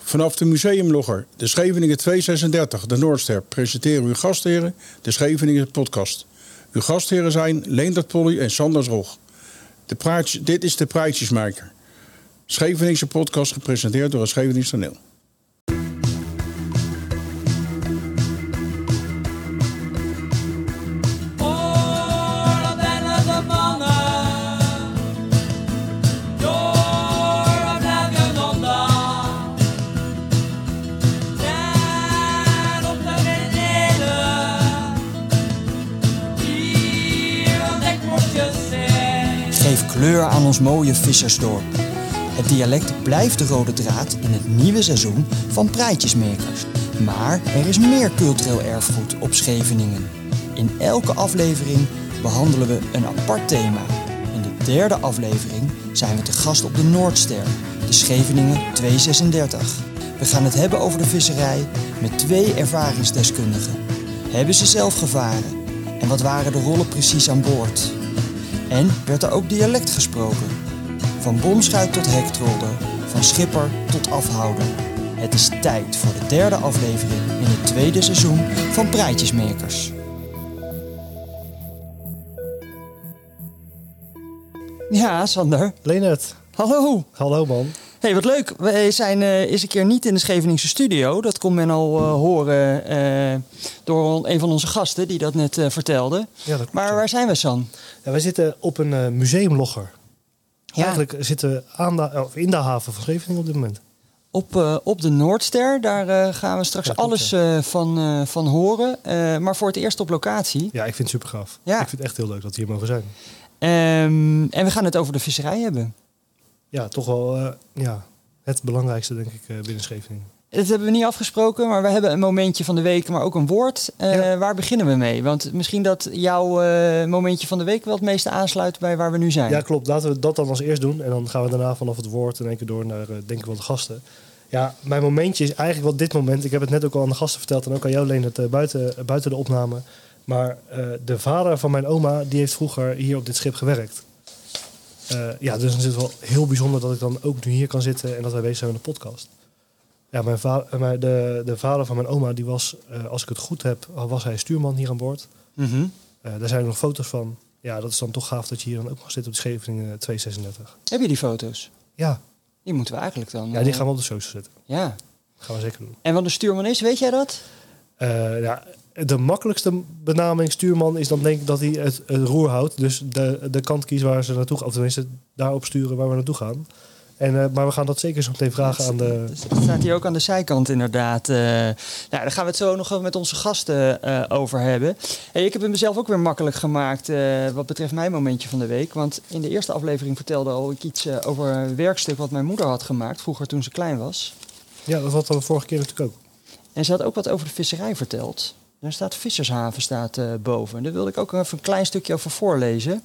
Vanaf de museumlogger, de Scheveningen 236, de Noordster, presenteren uw gastheren de Scheveningen podcast. Uw gastheren zijn Leendert Polly en Sanders Rog. Dit is de Praatjesmaker. Scheveningse podcast gepresenteerd door het Scheveningse Toneel. Geef kleur aan ons mooie vissersdorp. Het dialect blijft de rode draad in het nieuwe seizoen van Praatjesmakers. Maar er is meer cultureel erfgoed op Scheveningen. In elke aflevering behandelen we een apart thema. In de derde aflevering zijn we te gast op de Noordster, de Scheveningen 236. We gaan het hebben over de visserij met 2 ervaringsdeskundigen. Hebben ze zelf gevaren? En wat waren de rollen precies aan boord? En werd er ook dialect gesproken. Van bomschuit tot hektrolder, van schipper tot afhouder. Het is tijd voor de derde aflevering in het tweede seizoen van Praatjesmakers. Ja, Sander. Leendert. Hallo. Hallo man. Hey, wat leuk. Wij zijn eens een keer niet in de Scheveningse studio. Dat kon men al horen door een van onze gasten die dat net vertelde. Ja, dat klopt, maar waar zijn we, San? Ja, wij zitten op een museumlogger. Ja. Eigenlijk zitten we in de haven van Scheveningen op dit moment. Op de Noordster, daar gaan we straks klopt, alles van horen. Maar voor het eerst op locatie. Ja, ik vind het super gaaf. Ja. Ik vind het echt heel leuk dat we hier mogen zijn. En we gaan het over de visserij hebben. Ja, toch wel het belangrijkste denk ik binnen Scheveningen. Dat hebben we niet afgesproken, maar we hebben een momentje van de week, maar ook een woord. Waar beginnen we mee? Want misschien dat jouw momentje van de week wel het meeste aansluit bij waar we nu zijn. Ja, klopt. Laten we dat dan als eerst doen. En dan gaan we daarna vanaf het woord in één keer door naar, denk ik wel, de gasten. Ja, mijn momentje is eigenlijk wel dit moment. Ik heb het net ook al aan de gasten verteld en ook aan jou, Leendert, buiten de opname. Maar de vader van mijn oma, die heeft vroeger hier op dit schip gewerkt. Dus dan is het wel heel bijzonder dat ik dan ook nu hier kan zitten en dat wij bezig zijn met een podcast. Ja, de vader van mijn oma, die was, als ik het goed heb, was hij stuurman hier aan boord. Mm-hmm. Daar zijn er nog foto's van. Ja, dat is dan toch gaaf dat je hier dan ook mag zitten op de Scheveningen 236. Heb je die foto's? Ja. Die moeten we eigenlijk dan... Ja, die gaan we op de social zetten. Ja. Dat gaan we zeker doen. En wat een stuurman is, weet jij dat? De makkelijkste benaming stuurman is dan denk ik dat hij het roer houdt. Dus de kant kiest waar ze naartoe gaan. Of tenminste daarop sturen waar we naartoe gaan. Maar we gaan dat zeker zo meteen vragen aan de... Dat staat hier ook aan de zijkant inderdaad. Daar gaan we het zo nog met onze gasten over hebben. Hey, ik heb het mezelf ook weer makkelijk gemaakt wat betreft mijn momentje van de week. Want in de eerste aflevering vertelde al ik iets over een werkstuk wat mijn moeder had gemaakt. Vroeger toen ze klein was. Ja, dat hadden we vorige keer natuurlijk ook. En ze had ook wat over de visserij verteld. Daar staat Vissershaven boven. En daar wilde ik ook even een klein stukje over voorlezen.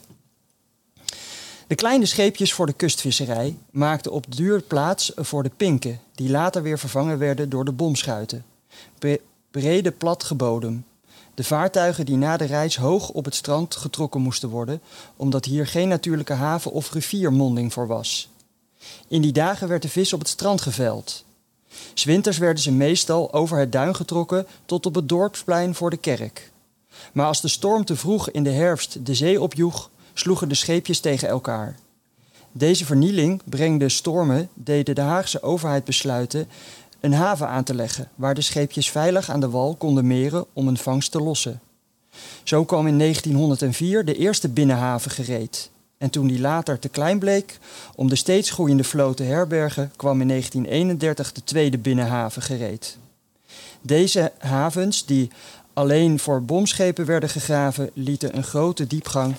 De kleine scheepjes voor de kustvisserij maakten op de duur plaats voor de pinken, die later weer vervangen werden door de bomschuiten. Brede platge bodem. De vaartuigen die na de reis hoog op het strand getrokken moesten worden, omdat hier geen natuurlijke haven of riviermonding voor was. In die dagen werd de vis op het strand geveld. 's Winters werden ze meestal over het duin getrokken tot op het dorpsplein voor de kerk. Maar als de storm te vroeg in de herfst de zee opjoeg, sloegen de scheepjes tegen elkaar. Deze vernieling, brengde stormen, deden de Haagse overheid besluiten een haven aan te leggen, waar de scheepjes veilig aan de wal konden meren om een vangst te lossen. Zo kwam in 1904 de eerste binnenhaven gereed. En toen die later te klein bleek om de steeds groeiende vloot te herbergen, kwam in 1931 de tweede binnenhaven gereed. Deze havens, die alleen voor bomschepen werden gegraven, lieten een grote diepgang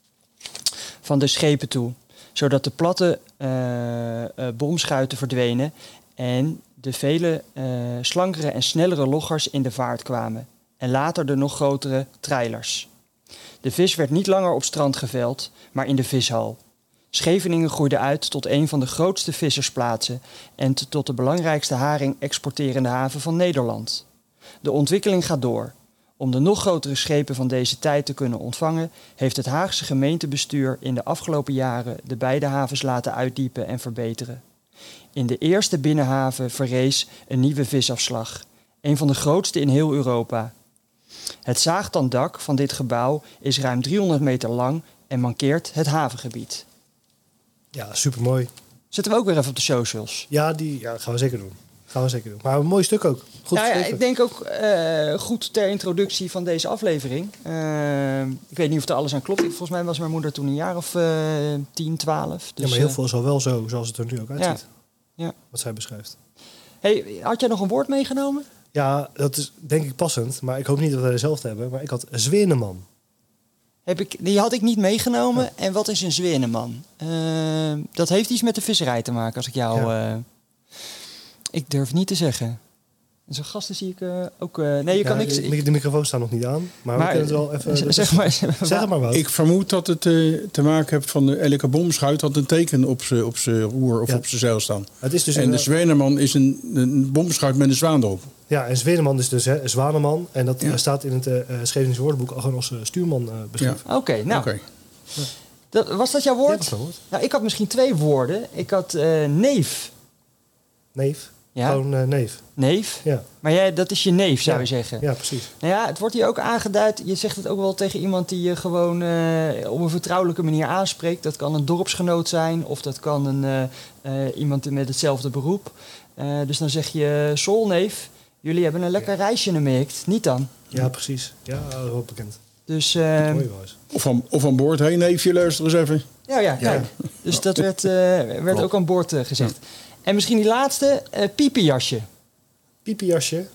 van de schepen toe, zodat de platte bomschuiten verdwenen en de vele slankere en snellere loggers in de vaart kwamen. En later de nog grotere treilers. De vis werd niet langer op strand geveld, maar in de vishal. Scheveningen groeide uit tot een van de grootste vissersplaatsen en tot de belangrijkste haring-exporterende haven van Nederland. De ontwikkeling gaat door. Om de nog grotere schepen van deze tijd te kunnen ontvangen, heeft het Haagse gemeentebestuur in de afgelopen jaren de beide havens laten uitdiepen en verbeteren. In de eerste binnenhaven verrees een nieuwe visafslag. Een van de grootste in heel Europa. Het zaagtanddak van dit gebouw is ruim 300 meter lang en mankeert het havengebied. Ja, supermooi. Zetten we ook weer even op de socials. Ja, gaan we zeker doen. Maar een mooi stuk ook. Goed Ja, geschreven. ik denk ook goed ter introductie van deze aflevering. Ik weet niet of er alles aan klopt. Volgens mij was mijn moeder toen een jaar of 10, 12. Dus, ja, maar heel veel is al wel zo, zoals het er nu ook uitziet. Ja. Wat zij beschrijft. Hey, had jij nog een woord meegenomen? Ja, dat is denk ik passend. Maar ik hoop niet dat wij dezelfde hebben. Maar ik had Zweneman. Die had ik niet meegenomen. En wat is een Zweneman? Dat heeft iets met de visserij te maken, als ik jou... ik durf niet te zeggen. En zo'n gasten zie ik ook... nee, je kan niks... De microfoon staat nog niet aan. Maar we kunnen het wel even... Zeg maar, zeg maar wat. Ik vermoed dat het te maken heeft van elke bomschuit had een teken op zijn roer of op zijn zeil staan. Het is dus en de Zweneman is een bomschuit met een zwaan erop. Ja, en Zweneman is dus Zwaneman. En dat staat in het Scheveningse woordenboek al gewoon als stuurman beschreven. Ja. Oké, nou. Okay. Was dat jouw woord? Ja, dat is mijn woord. Nou, ik had misschien 2 woorden. Ik had neef. Neef? Ja. Gewoon neef. Neef? Ja. Maar dat is je neef, zou je zeggen. Ja, precies. Nou ja, het wordt hier ook aangeduid. Je zegt het ook wel tegen iemand die je gewoon op een vertrouwelijke manier aanspreekt. Dat kan een dorpsgenoot zijn of dat kan iemand met hetzelfde beroep. Dus dan zeg je, Solneef, jullie hebben een lekker reisje gemaakt. Niet dan? Ja, precies. Ja, dat is wel bekend. Dus, of aan boord, hé neefje, luister eens even. Ja. Dus dat werd ook aan boord gezegd. Ja. En misschien die laatste, piepenjasje. Piepenjasje?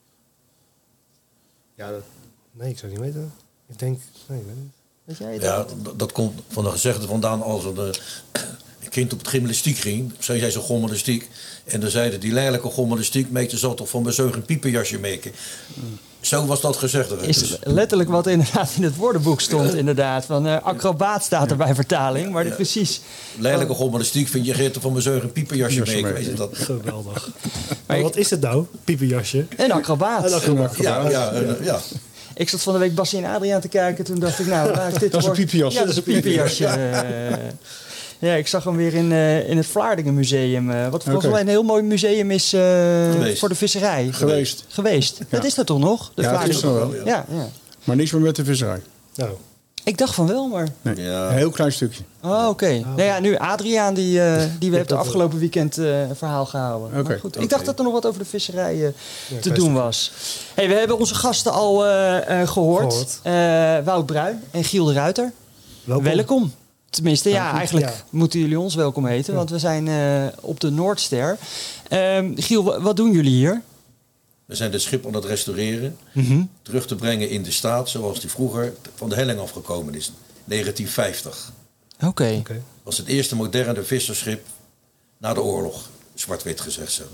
Ja, nee, ik zou het niet weten. Ik denk, nee, ik weet niet. Weet jij het? Ja, dat komt van de gezegde vandaan als een kind op het gymnastiek ging. Zei jij zo gymnastiek. En dan zeiden die lelijke gymnastiek meter zal toch van mijn zeug een piepenjasje maken. Zo was dat gezegd. Is letterlijk wat inderdaad in het woordenboek stond, inderdaad. Van acrobaat staat er bij vertaling, maar precies... Lelijke gymnastiek vind je Geert van mijn zeug een piepenjasje maken. Weet je dat? Geweldig. Maar wat is het nou, piepenjasje? Een acrobaat. Ja. Ik zat van de week Bassie en Adriaan te kijken. Toen dacht ik, nou, waar is dit? Dat is een piepenjasje. Ja, dat is een piepenjasje. Ja, ik zag hem weer in het Vlaardingen Museum. Wat volgens mij een heel mooi museum is voor de visserij. Geweest. Ja. Dat is dat toch nog? De dat is nog wel. Ja. Maar niets meer met de visserij. Nou. Ik dacht van wel, maar... Nee, een heel klein stukje. Oh, oké. Nou ja, nu Adriaan, die we hebben de afgelopen weekend verhaal gehouden. Okay. Goed. Ik dacht dat er nog wat over de visserij te doen was. Hey, we hebben onze gasten al gehoord. Wout Bruin en Giel de Ruiter. Welkom. Tenminste, eigenlijk moeten jullie ons welkom heten. Want we zijn op de Noordster. Giel, wat doen jullie hier? We zijn het schip aan het restaureren. Terug te brengen in de staat zoals die vroeger van de helling afgekomen is. 1950. Oké. Dat was het eerste moderne visserschip na de oorlog. Zwart-wit gezegd zo.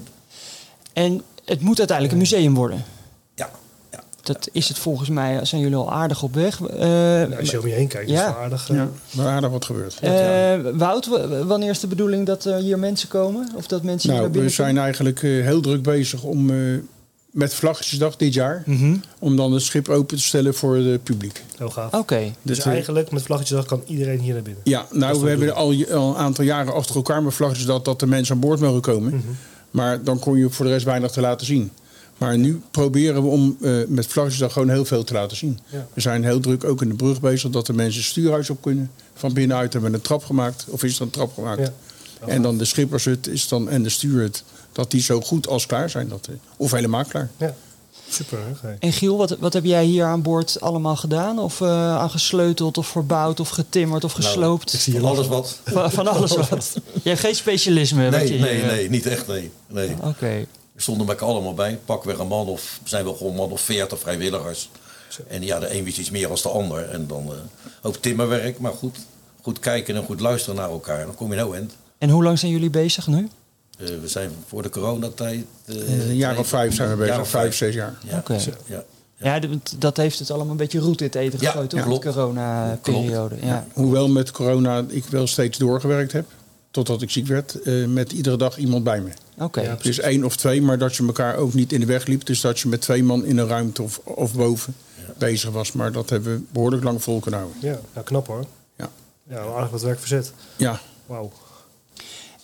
En het moet uiteindelijk een museum worden. Ja. Dat is het volgens mij. Zijn jullie al aardig op weg? Als je om je heen kijkt, is het aardig. Maar aardig wat gebeurt. Wout, wanneer is de bedoeling dat hier mensen komen? Of dat mensen hier naar binnen we zijn eigenlijk heel druk bezig om met Vlaggetjesdag dit jaar. Om dan het schip open te stellen voor het publiek. Heel gaaf. Oké. Dus eigenlijk met Vlaggetjesdag kan iedereen hier naar binnen. Ja, nou we hebben al een aantal jaren achter elkaar met Vlaggetjesdag dat de mensen aan boord mogen komen. Maar dan kon je voor de rest weinig te laten zien. Maar nu proberen we om met Vlaggetjesdag gewoon heel veel te laten zien. Ja. We zijn heel druk ook in de brug bezig dat de mensen het stuurhuis op kunnen. Van binnenuit hebben we een trap gemaakt. Of is er een trap gemaakt. Ja. En dan de schippershut is dan, en de stuurhut. Dat die zo goed als klaar zijn. Of helemaal klaar. Ja. Super. Okay. En Giel, wat heb jij hier aan boord allemaal gedaan? Of aan gesleuteld of verbouwd of getimmerd of gesloopt? Ik zie van alles wat. Van alles wat. Je hebt geen specialisme? Nee, niet echt. Nee. Oké. We stonden er allemaal bij. Pakweg een man of zijn wel gewoon man of 40 vrijwilligers. En ja, de een wist iets meer dan de ander. En dan ook timmerwerk. Maar goed kijken en goed luisteren naar elkaar. Dan kom je nou eind. En hoe lang zijn jullie bezig nu? We zijn voor de coronatijd... een jaar of 5 zijn we bezig. 5, 6 jaar. Ja. Oké. Ja, dat heeft het allemaal een beetje roet in het eten gegooid. Ja, de corona-periode. Ja. Hoewel met corona ik wel steeds doorgewerkt heb. Totdat ik ziek werd. Met iedere dag iemand bij me. Okay. Ja, dus 1 of 2, maar dat je elkaar ook niet in de weg liep. Dus dat je met 2 man in een ruimte of boven bezig was. Maar dat hebben we behoorlijk lang vol kunnen houden. Ja, knap hoor. Ja, aardig wat werk verzet. Ja. Wauw.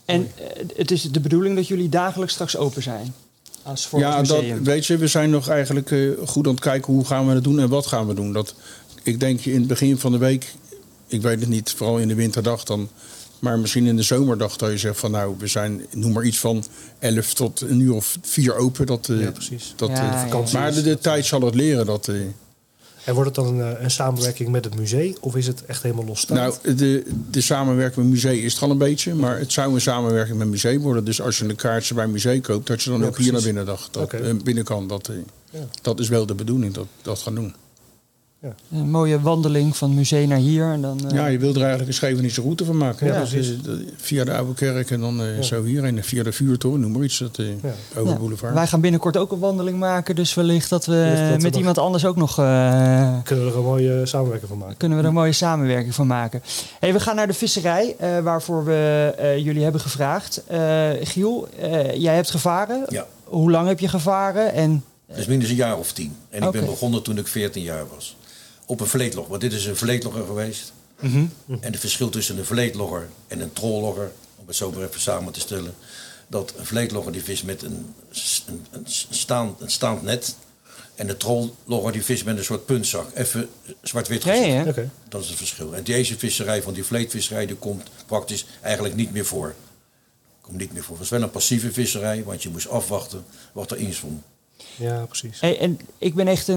En het is de bedoeling dat jullie dagelijks straks open zijn? Als voor Ja, het dat, museum? weet je, we zijn nog eigenlijk goed aan het kijken hoe gaan we het doen en wat gaan we doen. Ik denk in het begin van de week, ik weet het niet, vooral in de winterdag dan, maar misschien in de zomerdag dat je zegt van nou, we zijn, noem maar iets van 11 tot een uur of 4 open. Ja, precies. vakantie maar de tijd zal het leren. En wordt het dan een samenwerking met het museum of is het echt helemaal losstaand? Nou, de samenwerking met het museum is het al een beetje, maar het zou een samenwerking met het museum worden. Dus als je een kaartje bij het museum koopt, dat je dan ook hier naar binnen kan. Dat is wel de bedoeling, dat gaan doen. Ja. Een mooie wandeling van het museum naar hier. En dan, Ja, je wil er eigenlijk een Scheveningse route van maken. Ja, Ja, precies. Via de Oude Kerk en dan zo hierheen. Via de Vuurtoren, noem maar iets. Over Boulevard. Wij gaan binnenkort ook een wandeling maken. Dus wellicht dat we Wellicht met nog- iemand anders ook nog... Kunnen we er een mooie samenwerking van maken? kunnen we er een mooie samenwerking van maken. Hey, we gaan naar de visserij, waarvoor we jullie hebben gevraagd. Giel, jij hebt gevaren. Ja. Hoe lang heb je gevaren? En Dat is minstens een jaar of 10. En ik Oké. ben begonnen toen ik 14 jaar was. Op een vleetlogger. Want dit is een vleetlogger geweest. En het verschil tussen een vleetlogger en een trollogger, om het zo maar even samen te stellen, dat een vleetlogger die vist met een staand net. En de trollogger die vist met een soort puntzak. Even zwart-wit gezegd. ja. Oké. Dat is het verschil. En deze visserij van die vleetvisserij die komt praktisch eigenlijk niet meer voor. Komt niet meer voor. Het was wel een passieve visserij, want je moest afwachten wat er inzwom. Ja, precies. Hey, en ik ben echt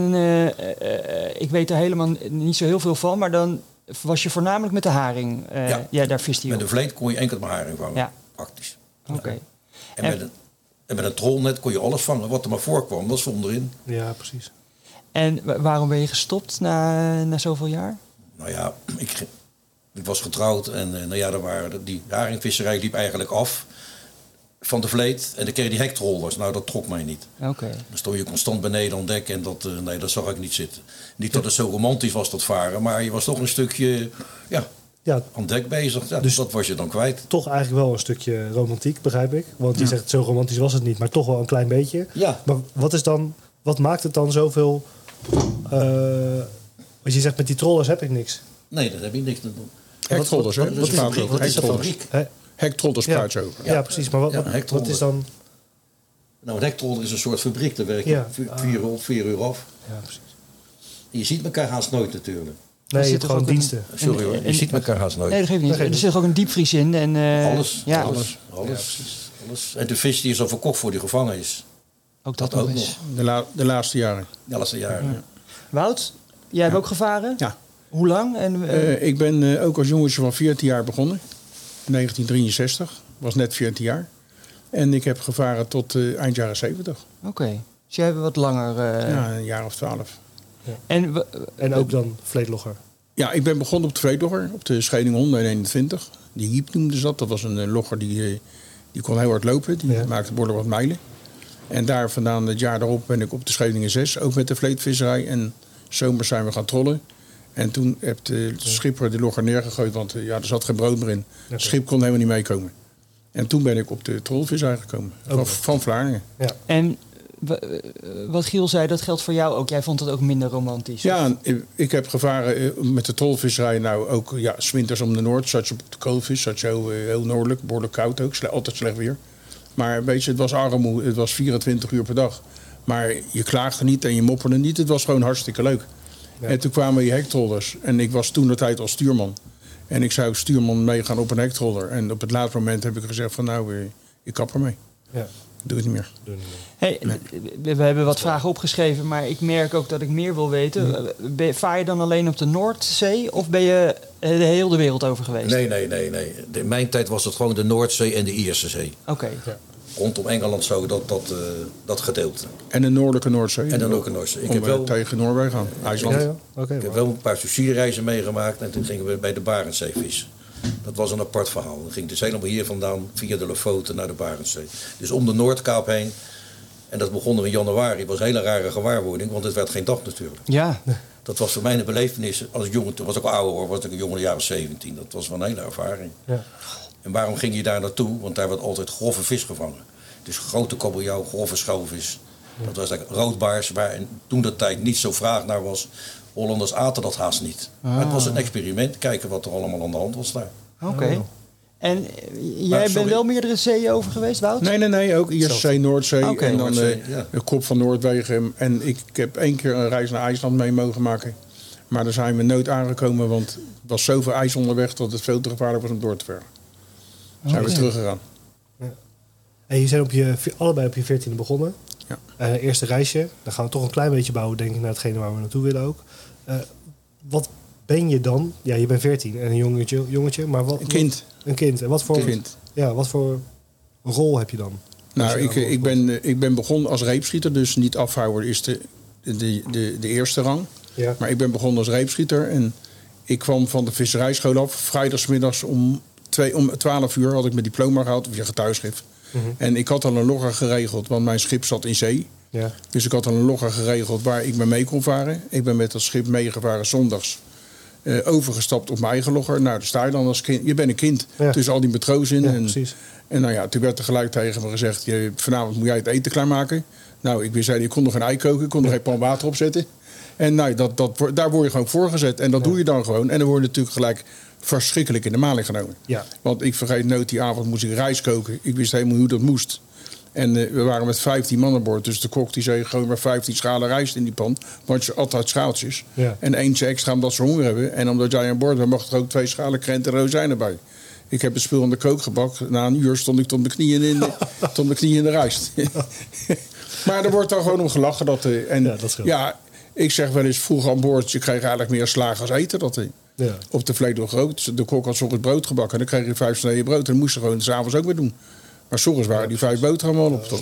ik weet er helemaal niet zo heel veel van, maar dan was je voornamelijk met de haring. Ja, daar viste je Met op. een vleet kon je enkel maar haring vangen. Ja. Praktisch. Oké. En met een trollnet kon je alles vangen wat er maar voorkwam. Dat stond erin. Ja, precies. En waarom ben je gestopt na zoveel jaar? Nou ja, ik was getrouwd en nou ja, die haringvisserij liep eigenlijk af van de vleet. En dan kreeg je die hektrollers. Nou, dat trok mij niet. Oké. Dan stond je constant beneden aan dek en dat zag ik niet zitten. Niet dat het zo romantisch was, dat varen, maar je was toch een stukje Ja, aan dek bezig. Ja, Dus- dat was je dan kwijt. toch eigenlijk wel een stukje romantiek, begrijp ik. Want je zegt, zo romantisch was het niet, maar toch wel een klein beetje. Ja. Maar wat maakt het dan zoveel... want je zegt, met die trollers heb ik niks. Nee, dat heb je niks te doen. Hektrollers, hè? wat Dat is praat dat? over. Wat is dat dan? Hektrollers. Hè? Hektrollers praat je over. Ja, precies. Maar Ja, wat hektroller. is dan... Nou, een hektroller is een soort fabriek. Daar werk je Ja. 4 uur af. Ja, precies. Je ziet elkaar haast nooit natuurlijk. Nee, zit je hebt toch gewoon ook een- diensten. Sorry hoor, je en- ziet elkaar haast nooit. Nee, dat geeft niet. Dat geeft Er zit ook een diepvries in. En, Alles. Ja, Alles. En de vis die is al verkocht voor die gevangen is. ook dat Dat nog ook eens. De laatste jaren. De laatste jaren. Wout, jij hebt ook gevaren? Ja. Hoe lang? En, Ik ben ook als jongetje van 14 jaar begonnen. 1963. Was net 14 jaar. En ik heb gevaren tot eind jaren 70. Oké. Dus jij hebt wat langer... Ja, een jaar of 12. En En ook dan vleetlogger. Ja, ik ben begonnen op de vleetlogger. Op de Scheiding 121. Die Jeep noemden ze dat. Dat was een logger die kon heel hard lopen. Die maakte behoorlijk wat mijlen. En daar vandaan het jaar daarop ben ik op de Scheveningen 6. Ook met de vleetvisserij. En zomers zijn we gaan trollen. En toen heeft de schipper de logger neergegooid. Want er zat geen brood meer in. Het schip kon helemaal niet meekomen. En toen ben ik op de trollvisserij gekomen. Van Vlaardingen. Ja. En wat Giel zei, dat geldt voor jou ook. Jij vond het ook minder romantisch. Ja, ik heb gevaren met de trollvisserij. Nou ook, ja, 's winters om de Noord zat je op de koolvis. Zat je heel noordelijk, behoorlijk koud ook. Altijd slecht weer. Maar weet je, het was armoe. Het was 24 uur per dag. Maar je klaagde niet en je mopperde niet. Het was gewoon hartstikke leuk. Ja. En toen kwamen die hektrollers. En ik was toen de tijd als stuurman. En ik zou stuurman meegaan op een hektroller. En op het laatste moment heb ik gezegd van nou, ik kap ermee. Ja. Doe het niet meer. Hey, we hebben wat vragen opgeschreven, maar ik merk ook dat ik meer wil weten. Vaar je dan alleen op de Noordzee of ben je de hele wereld over geweest? Nee. In mijn tijd was het gewoon de Noordzee en de Ierse Zee. Oké. Rondom Engeland zo, dat gedeelte. En de noordelijke Noordzee. En dan ook een Noordzee. Ik Om heb wel tegen Noorwegen aan. IJsland. Ja. Oké. Ik heb wel een paar sushi-reizen meegemaakt en toen gingen we bij de Barentszee vissen. Dat was een apart verhaal. Dan ging dus helemaal hier vandaan via de Lofoten naar de Barentszee. Dus om de Noordkaap heen. En dat begon in januari. Het was een hele rare gewaarwording, want het werd geen dag natuurlijk. Ja. Dat was voor mij een belevenis. Als ik jongen, toen was ik al ouder hoor, was ik een jongen in de jaren 17. Dat was wel een hele ervaring. Ja. En waarom ging je daar naartoe? Want daar werd altijd grove vis gevangen. Dus grote kabeljauw, grove schelvis. Dat was eigenlijk roodbaars, waar toen de tijd niet zo vraag naar was. Hollanders aten dat haast niet. Maar het was een experiment, kijken wat er allemaal aan de hand was daar. Oké. En jij bent wel meerdere zeeën over geweest, Wout? Nee, ook Iersezee, Noordzee Oké. en dan Noordzee, de kop van Noordwegen. En ik heb 1 keer een reis naar IJsland mee mogen maken. Maar daar zijn we nooit aangekomen, want er was zoveel ijs onderweg dat het veel te gevaarlijk was om door te varen. Zijn we teruggegaan. En je zijn allebei op je 14e begonnen. Ja. Eerste reisje. Dan gaan we toch een klein beetje bouwen, denk ik, naar hetgene waar we naartoe willen ook. Wat ben je dan? Ja, je bent 14 en een jongetje, maar wat? Een kind. Een kind. En wat voor, Kind. Ja, wat voor rol heb je dan? Nou, ik ben begonnen als reepschieter, dus niet afhouwer is de eerste rang. Ja. Maar ik ben begonnen als reepschieter en ik kwam van de visserijschool af. Vrijdagsmiddags om 12 uur had ik mijn diploma gehaald, via getuigschrift. En ik had al een logger geregeld, want mijn schip zat in zee. Ja. Dus ik had al een logger geregeld waar ik mee kon varen. Ik ben met dat schip meegevaren zondags. Overgestapt op mijn eigen logger. Nou, daar sta je dan als kind. Je bent een kind. Ja. Tussen al die matrozen in. Ja, en, precies. En nou ja, toen werd er gelijk tegen me gezegd... vanavond moet jij het eten klaarmaken. Nou, ik kon nog geen ei koken. Ik kon nog geen pan water opzetten. En nou, daar word je gewoon voor gezet. En dat doe je dan gewoon. En dan word je natuurlijk gelijk verschrikkelijk in de maling genomen. Ja. Want ik vergeet nooit, die avond moest ik rijst koken. Ik wist helemaal hoe dat moest. En we waren met 15 man aan boord. Dus de kok die zei gewoon maar 15 schalen rijst in die pan. Want je altijd schaaltjes. Ja. En eentje extra omdat ze honger hebben. En omdat jij aan boord bent, mag er ook 2 schalen krenten en rozijnen bij. Ik heb het spul aan de kookgebak. Na een uur stond ik tot mijn knieën in de rijst. Maar er wordt dan gewoon om gelachen. Dat scheelt. ja, ik zeg wel eens vroeger aan boord. Je kreeg eigenlijk meer slagen als eten. Ja. Op de Vleet door Groot. De kok had 's ochtends brood gebakken. En dan kreeg je 5 sneden brood. En dat moest je gewoon 's avonds ook weer doen. Maar 's ochtends waren die 5 boterhammen al op.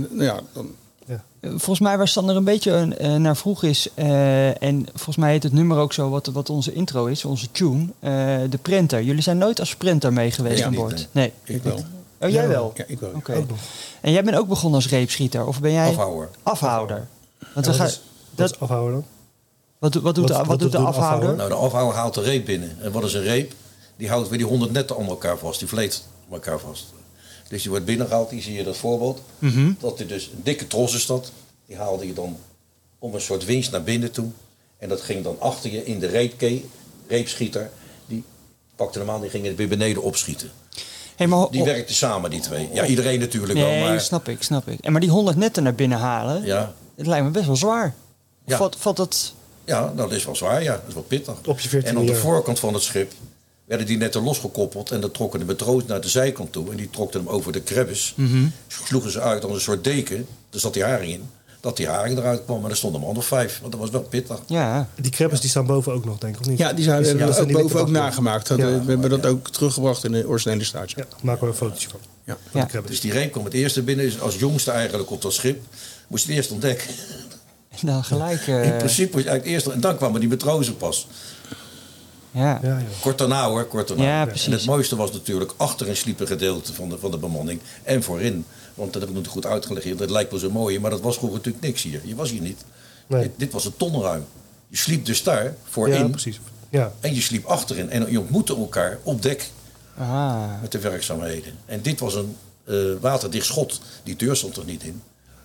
Volgens mij waar Sander een beetje naar vroeg is... en volgens mij heet het nummer ook zo wat onze intro is, onze tune... de printer. Jullie zijn nooit als printer mee geweest aan boord? Nee. Ik wel. Oh, jij wel? Ja, ik wel. Oké. En jij bent ook begonnen als reepschieter? Of ben jij... Afhouwer. Want Wat is afhouden dan? Wat doet de afhouder? Nou, de afhouwer haalt de reep binnen. En wat is een reep? Die houdt weer die 100 netten aan elkaar vast. Die vleet elkaar vast. Dus die wordt binnengehaald. Hier zie je dat voorbeeld. Dat er dus een dikke tros is dat. Die haalde je dan om een soort winch naar binnen toe. En dat ging dan achter je in de reepschieter. Die pakte hem aan, die ging het weer beneden opschieten. Hey, maar Die werkten samen, die twee. Ja, iedereen natuurlijk wel. Nee, Maar snap ik. En maar die 100 netten naar binnen halen, ja, het lijkt me best wel zwaar. Ja. Valt dat... ja, dat is wel zwaar. Ja, dat is wel pittig. Op je 14e En op de jaar. voorkant van het schip werden die netten losgekoppeld. En dan trokken de matrozen naar de zijkant toe. En die trokten hem over de krebbes. Sloegen ze uit als een soort deken. Er zat die haring in. Dat die haring eruit kwam. Maar er stonden er nog 5. Want dat was wel pittig. Ja. Die krebbes die staan boven ook nog, denk ik, of niet? Ja, die zijn dat zijn die boven ook witte nagemaakt. We hebben dat ook teruggebracht in de originele staat. Ja, daar maken we een fotootje van. Ja. Van Ja. de krebbes. Dus die reep kwam het eerste binnen. Dus als jongste eigenlijk op dat schip. Moest je het eerst ontdekken. En dan gelijk... In principe was je eigenlijk eerst. En dan kwamen die matrozen pas. ja. Ja, ja. Kort daarna hoor, kort daarna. Ja, En precies. het mooiste was natuurlijk achterin sliep een gedeelte van de bemanning. En voorin. Want dat heb ik natuurlijk goed uitgelegd. Dat lijkt wel zo mooi. Maar dat was vroeger natuurlijk niks hier. Je was hier niet. Nee. Dit was een tonruim. Je sliep dus daar voorin. Ja, precies. Ja. En je sliep achterin. En je ontmoette elkaar op dek Aha. met de werkzaamheden. En dit was een waterdicht schot. Die deur stond er niet in.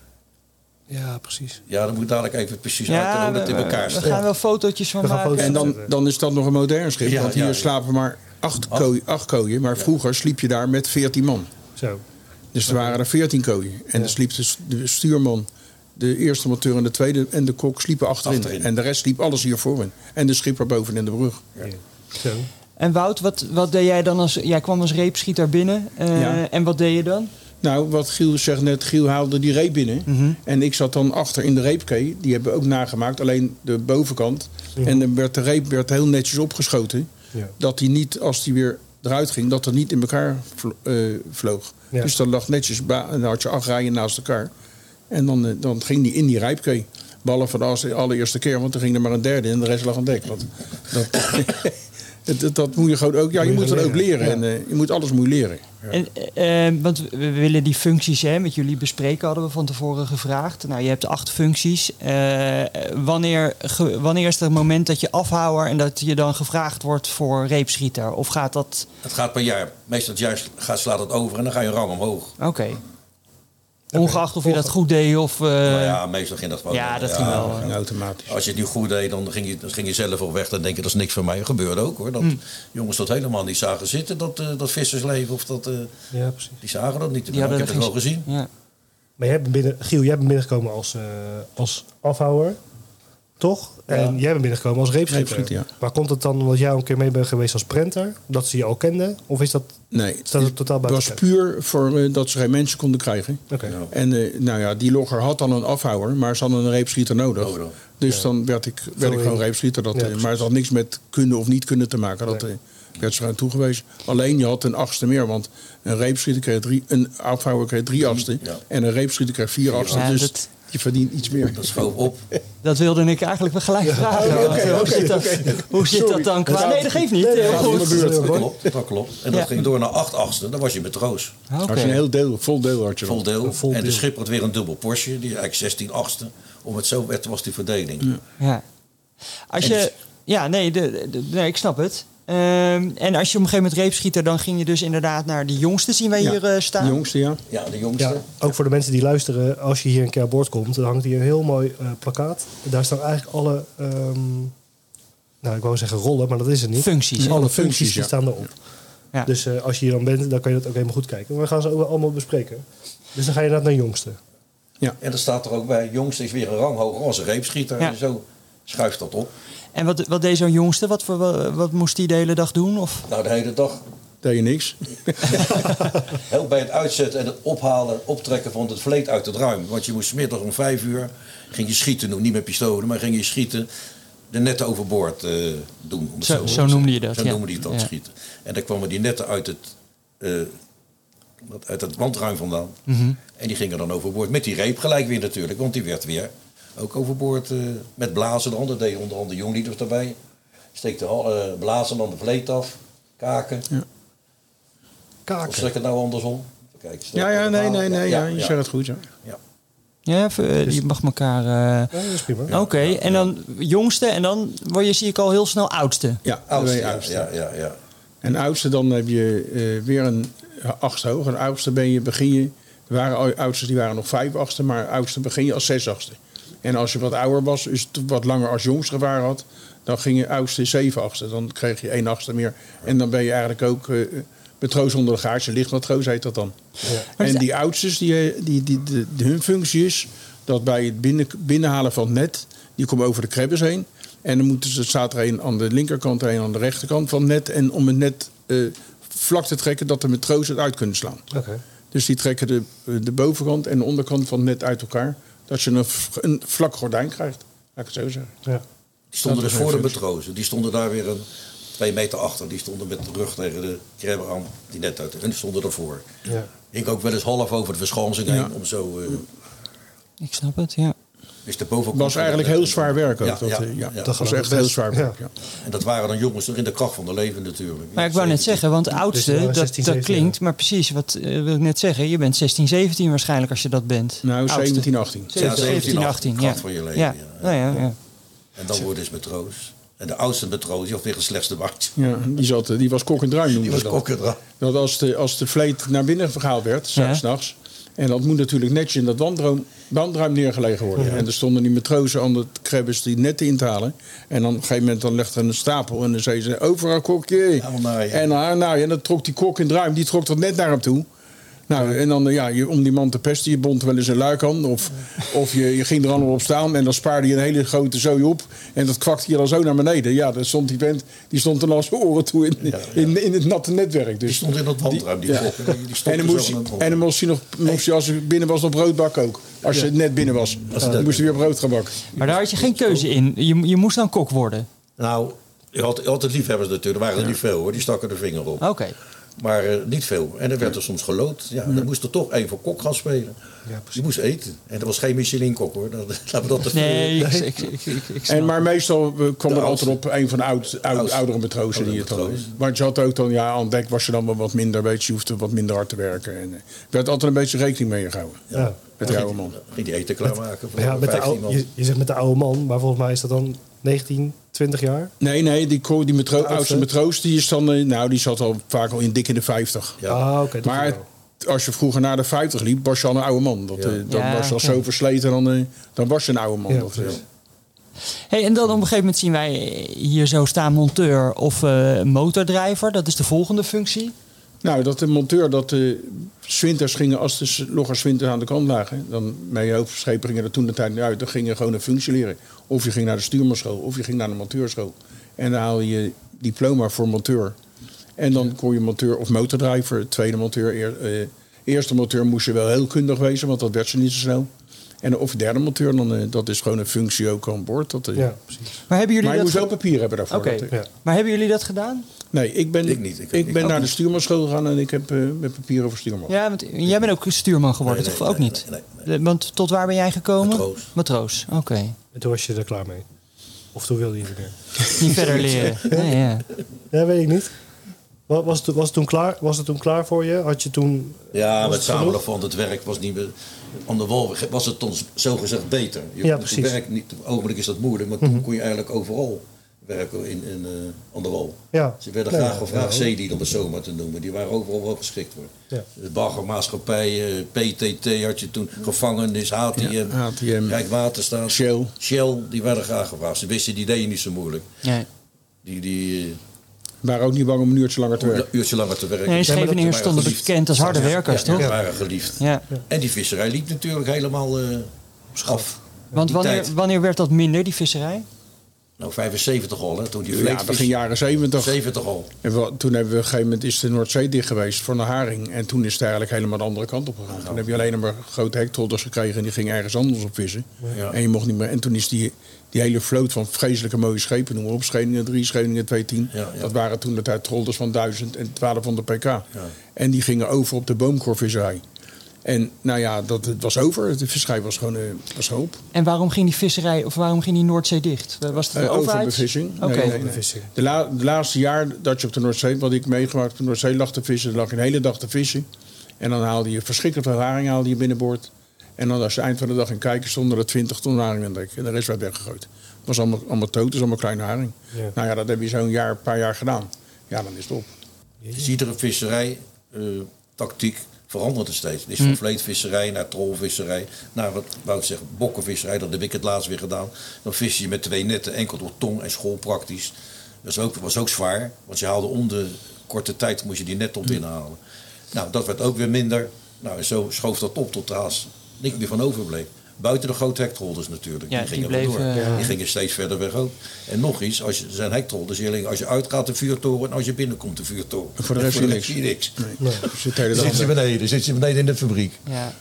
Ja, precies. Ja, dan moet ik dadelijk even precies Ja, uitleggen hoe dat in elkaar we staat. gaan wel fotootjes van We gaan maken. foto's En dan is dat nog een modern schip. Ja, want hier ja. slapen maar 8 kooien. Maar vroeger sliep je daar met 14 man. Zo. Dus er waren er 14 kooien. En dan sliep de stuurman, de eerste monteur en de tweede en de kok sliepen achterin. En de rest sliep alles hier voorin. En de schipper boven in de brug. Ja. Zo. En Wout, wat deed jij dan als... Jij kwam als reepschieter binnen. Ja. En wat deed je dan? Nou, wat Giel zegt net, Giel haalde die reep binnen. En ik zat dan achter in de reepkee. Die hebben we ook nagemaakt, alleen de bovenkant. En dan werd de reep heel netjes opgeschoten. Ja. Dat die niet, als die weer eruit ging, dat het niet in elkaar vloog. Ja. Dus dat lag netjes, en dan had je 8 rijen naast elkaar. En dan ging die in die reepkee. Behalve de allereerste keer, want er ging er maar een derde in en de rest lag aan dek. Dat moet je gewoon ook. Ja, je moet het ook leren. Ja. En je moet alles leren. Ja. En, want we willen die functies met jullie bespreken, hadden we van tevoren gevraagd. Nou, je hebt 8 functies. Wanneer is het moment dat je afhouwer en dat je dan gevraagd wordt voor reepschieter? Of gaat dat... Het gaat per jaar. Meestal het jaar slaat het over en dan ga je een rang omhoog. Oké. Ongeacht of je dat goed deed of... Nou ja, meestal ging dat wel. Ja, dat ging wel. Ging automatisch. Als je het niet goed deed, dan ging je zelf op weg. Dan denk je, dat is niks voor mij. Dat gebeurde ook hoor. Dat jongens dat helemaal niet zagen zitten, dat vissersleven. Of dat, Ja, precies. die zagen dat niet. Ik Ja, heb dat het ging wel gezien. Ja. Maar Giel, jij bent binnengekomen als afhouwer, toch? En jij bent binnengekomen als reepschieter. Reepschieter, ja. Maar komt het dan omdat jij een keer mee bent geweest als prenter? Dat ze je al kenden? Of is dat, Nee, staat het totaal het buiten? was puur voor dat ze geen mensen konden krijgen. Oké. Ja. En die logger had dan een afhouwer, maar ze hadden een reepschieter nodig. Oh, dan. Dus dan werd ik gewoon reepschieter. Ja, precies. Maar het had niks met kunnen of niet kunnen te maken. Dat werd ze gewoon toegewezen. Alleen je had een achtste meer, want een reepschieter kreeg een afhouwer kreeg 3 achtsten. Ja. En een reepschieter kreeg 4 achtsten. Ja, Dus dat- je verdient iets meer. Dat schoof op. Dat wilde ik eigenlijk wel gelijk vragen. Hoe zit dat dan qua... Nee, dat geeft niet. Heel gaat om goed. de beurt. Dat klopt. En dat Ja. ging door naar 8 achtsten. Dan was je matroos. Oké. Als je een heel deel, vol deel had je dan. Vol deel. Vol En de deel. schipper had weer een dubbel Porsche. Die eigenlijk 16 achtsten. Om het zo werd was die verdeling. Ja. Als En je... dus- Ja, nee, nee, ik snap het. En als je op een gegeven moment reepschieter, dan ging je dus inderdaad naar de jongste, zien wij hier staan. De jongste, ja. Ja, de jongste. Ja, ook voor de mensen die luisteren, als je hier een keer aan boord komt, dan hangt hier een heel mooi plakkaat. Daar staan eigenlijk alle, nou ik wou zeggen rollen, maar dat is het niet. Functies. Alle Alle functies functies, die ja. staan erop. Ja. Dus als je hier dan bent, dan kan je dat ook helemaal goed kijken. Maar we gaan ze ook wel allemaal bespreken. Dus dan ga je inderdaad naar jongste. En er staat er ook bij. Jongste is weer een rang hoger als een reepschieter. Ja. En zo schuift dat op. En wat deed zo'n jongste? Wat moest hij de hele dag doen? Of? Nou, de hele dag. Deed je niks. Help bij het uitzetten en het ophalen, optrekken van het vleet uit het ruim. Want je moest 's middags om 5 uur ging je schieten doen. Niet met pistolen, maar ging je schieten. De netten overboord doen. Om het Zo te noemde zeggen. je dat, Zo ja. noemde je dat, Ja. schieten. En dan kwamen die netten uit het wandruim vandaan. Mhm. En die gingen dan overboord. Met die reep gelijk weer natuurlijk. Want die werd weer ook overboord met blazen. Dat deed onder andere jonglieders daarbij. Steekte blazen dan de vleet af. Kaken. Of Kaken. zeg ik het nou andersom? Kijk, Ja, nee. Ja, je zegt het goed, ja. Ja, je mag elkaar... Ja, dat is prima. Oké, en dan jongste en dan zie ik al heel snel oudste. Ja, dan ben Oudste, je ja, oudste. ja. En oudste, dan heb je weer een achtste hoog. En oudste begin je... Er waren oudsten die waren nog 5 achtste, maar oudste begin je als 6 achtste. En als je wat ouder was, dus wat langer als jongste gevaar had, dan ging je oudste 7 achtste. Dan kreeg je 1 achtste meer. En dan ben je eigenlijk ook matroos onder de gaatje. Lichtmatroos heet dat dan. Ja. En die oudsters, hun functie is dat bij het binnenhalen van het net, die komen over de krebbes heen. En dan staat er een aan de linkerkant en een aan de rechterkant van het net. En om het net vlak te trekken, dat de matroos het uit kunnen slaan. Oké. Dus die trekken de bovenkant en de onderkant van het net uit elkaar. Dat je een vlak gordijn krijgt. Laat ik het zo zeggen. Ja. Die stonden Dat dus is voor de een functie. matrozen. Die stonden daar weer 2 meter achter. Die stonden met de rug tegen de krabber aan. Die net uit. En die stonden ervoor. Ja. Hing ook wel eens half over de verschansing heen. Ja. Om zo... Ik snap het, ja. dus de bovenkant Het was van eigenlijk de- heel zwaar werk ook. Ja, dat ja, ja, ja. dat was gaat echt best. heel zwaar werk. Ja. Ja. En dat waren dan jongens nog in de kracht van de leven natuurlijk. Maar ik wou net zeggen, want oudste, nou dat 16, 17 klinkt, maar precies, wat wil ik net zeggen? Je bent 16, 17 waarschijnlijk als je dat bent. Nou, Oudste. 17, 18. 17, 18, ja. kracht van je leven. Ja, Ja. nou ja. En dan word je dus matroos. En de oudste matroos, die had weer de slechtste baard. Ja, die was kok en druim Die noemden was ze dat. kokkendraad. Dat als de vleet naar binnen gehaald werd, Ja. s'nachts. En dat moet natuurlijk netjes in dat wandruim neergelegen worden. Ja. En er stonden die matrozen aan de krebbes die netten in te halen. En dan op een gegeven moment dan legde er een stapel. En dan zei ze, overal kokje. Ja, wel naaien. En dan naaien. En dan trok die kok in druim, die trok dat net naar hem toe. Nou, en dan, om die man te pesten, je bond wel eens een luik aan. Of je ging er allemaal op staan en dan spaarde je een hele grote zooi op. En dat kwakte je dan zo naar beneden. Ja, dan stond die vent, die stond dan als oren toe in het natte netwerk. Dus Die stond in dat wandruim, die ja. kok. Die stond en dan dus moest, al en dan moest hij als hij binnen was, nog brood bakken ook. Als je net binnen was. Dan moest hij weer brood gaan bakken. Maar daar had je geen keuze in. Je moest dan kok worden. Nou, je had altijd liefhebbers natuurlijk. Er waren er niet veel hoor, die stakken de vinger op. Oké. Maar niet veel. En er werd er soms geloot. Ja, dan moest er toch één voor kok gaan spelen. Die moest eten. En dat was geen Michelin-kok hoor. Laten we dat te Nee, ik snap En maar meestal kwam De er oudste. altijd op een van de oudere matrozen die het dan. Want je had ook dan, aan dek was je dan wel wat minder, weet je hoefde wat minder hard te werken. En er werd altijd een beetje rekening mee gehouden. Ja. Met die oude man. Ging die eten klaarmaken voor Ja, met de 15 man. je zegt met de oude man, maar volgens mij is dat dan 19, 20 jaar. Nee, die oudste? oudste matroos die is dan, die zat al vaak al dik in de 50. Ja. Ah, oké. dat Maar is wel. als je vroeger naar de 50 liep, was je al een oude man. Dan was je al zo versleten, dan was je een oude man. Ja, Hey, en dan op een gegeven moment zien wij hier zo staan monteur of motordrijver. Dat is de volgende functie. Nou, dat de monteur, dat de zwinters gingen, als de logger-zwinters aan de kant lagen, dan met je hoofdschepen gingen er toen de tijd niet uit. Dan ging je gewoon een functie leren. Of je ging naar de stuurmanschool, of je ging naar de monteurschool. En dan haalde je diploma voor monteur. En dan kon je monteur of motordrijver, tweede monteur. Eerste monteur moest je wel heel kundig wezen, want dat werd ze niet zo snel. En of derde monteur, dan, dat is gewoon een functie ook aan boord. Ja, precies. Maar hebben jullie maar je moest wel papier hebben daarvoor. Oké. Ja. Maar hebben jullie dat gedaan? Nee, ik ben Ik naar de stuurmanschool gegaan en ik heb met papieren voor stuurman. Ja, want jij bent ook stuurman geworden, toch? Ook niet? Nee. Want tot waar ben jij gekomen? Matroos. Oké. En toen was je er klaar mee. Of toen wilde je niet meer. Niet verder leren. Nee, ja. Ja, weet ik niet. Was het toen klaar voor je? Had je toen... Ja, was met het samelen genoeg? van het werk was niet meer... Aan de wal was het dan zogezegd beter. Ja, precies. Werk niet, op het ogenblik is dat moeilijk, maar toen kon je eigenlijk overal werken aan de wal. Ja. Ze werden graag gevraagd zeedieners, om het zo maar te noemen. Die waren overal wel geschikt voor. Ja. De baggermaatschappij, PTT had je toen, gevangenis, HTM, HTM. Rijkswaterstaat, Shell, die werden graag gevraagd. Ze wisten, die deden niet zo moeilijk. Nee. Die waren ook niet bang om een uurtje langer te werken. Een uurtje langer te werken. Nee, Scheveningen stonden bekend als harde werkers, toch? Die waren geliefd. Ja. En die visserij liep natuurlijk helemaal af. Want Die tijd. wanneer werd dat minder, die visserij? Nou, 75 al, hè, toen die Ja, vleetvis... begin jaren 70. 70 al. En toen hebben we op een gegeven moment is de Noordzee dicht geweest voor de haring. En toen is het eigenlijk helemaal de andere kant op gegaan. Toen heb je alleen maar grote hektolders gekregen en die gingen ergens anders op vissen. Ja. En je mocht niet meer. En toen is die hele vloot van vreselijke mooie schepen, noem maar op, Scheveningen 3, Scheveningen 210. Ja. Dat waren toen de tijd trolders van 1000 en 1200 pk. Ja. En die gingen over op de boomkorvisserij. En nou ja, dat het was over. De visserij was gewoon op. En waarom ging die visserij, of waarom ging die Noordzee dicht? Was het de overheid? Overbevissing. Oké. Nee. De laatste jaar dat je op de Noordzee, wat ik meegemaakt op de Noordzee lag te vissen, lag je een hele dag te vissen. En dan haalde je verschrikkelijk veel haring binnenboord. En dan als je eind van de dag ging kijken, stonden er 20 ton haring in de dek. En de rest werd weggegooid. Het was allemaal totes, allemaal kleine haring. Ja. Nou ja, dat heb je zo'n paar jaar gedaan. Ja, dan is het op. Dus iedere visserij, tactiek, verandert het steeds. Het is van vleetvisserij naar trolvisserij, naar wat wou ik zeggen, bokkenvisserij. Dat heb ik het laatst weer gedaan. Dan vis je met 2 netten, enkel door tong en school praktisch. Dat was ook zwaar, want je haalde om de korte tijd moest je die net op binnenhalen. Nou, dat werd ook weer minder. Nou, en zo schoof dat op tot er haast niks meer van overbleef. Buiten de grote hektrolders natuurlijk. Ja, die gingen bleven, door. Die gingen steeds verder weg ook. En nog iets, er zijn hektrolders. Als je uitgaat de vuurtoren en als je binnenkomt de vuurtoren. En voor de rest zie je niks. Nee. Zit je beneden in de fabriek. Ja.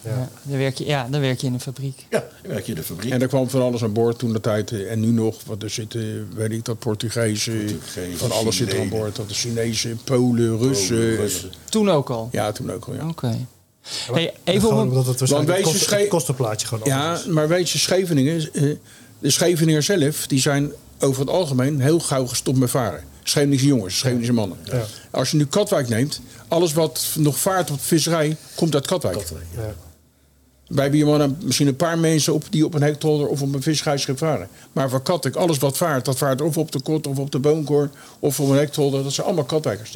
Dan werk je in een fabriek. Ja, dan werk je in de fabriek. En er kwam van alles aan boord toen de tijd. En nu nog, want er zitten, weet ik dat, Portugezen, van alles zit er aan boord. Dat de Chinezen, Polen, Russen. Toen ook al? Ja, toen ook al, ja. Oké. Hey, even omdat het kostenplaatje gewoon ja, maar weet je, Scheveningen, de Scheveningen zelf, die zijn over het algemeen heel gauw gestopt met varen. Scheveningse jongens, Scheveningse mannen. Ja. Als je nu Katwijk neemt, alles wat nog vaart op de visserij, komt uit Katwijk. Ja. Wij hebben hier misschien een paar mensen op die op een hektolder of op een visserijschip varen. Maar voor Katwijk, alles wat vaart, dat vaart of op de kot of op de boomkoor of op een hektolder. Dat zijn allemaal Katwijkers.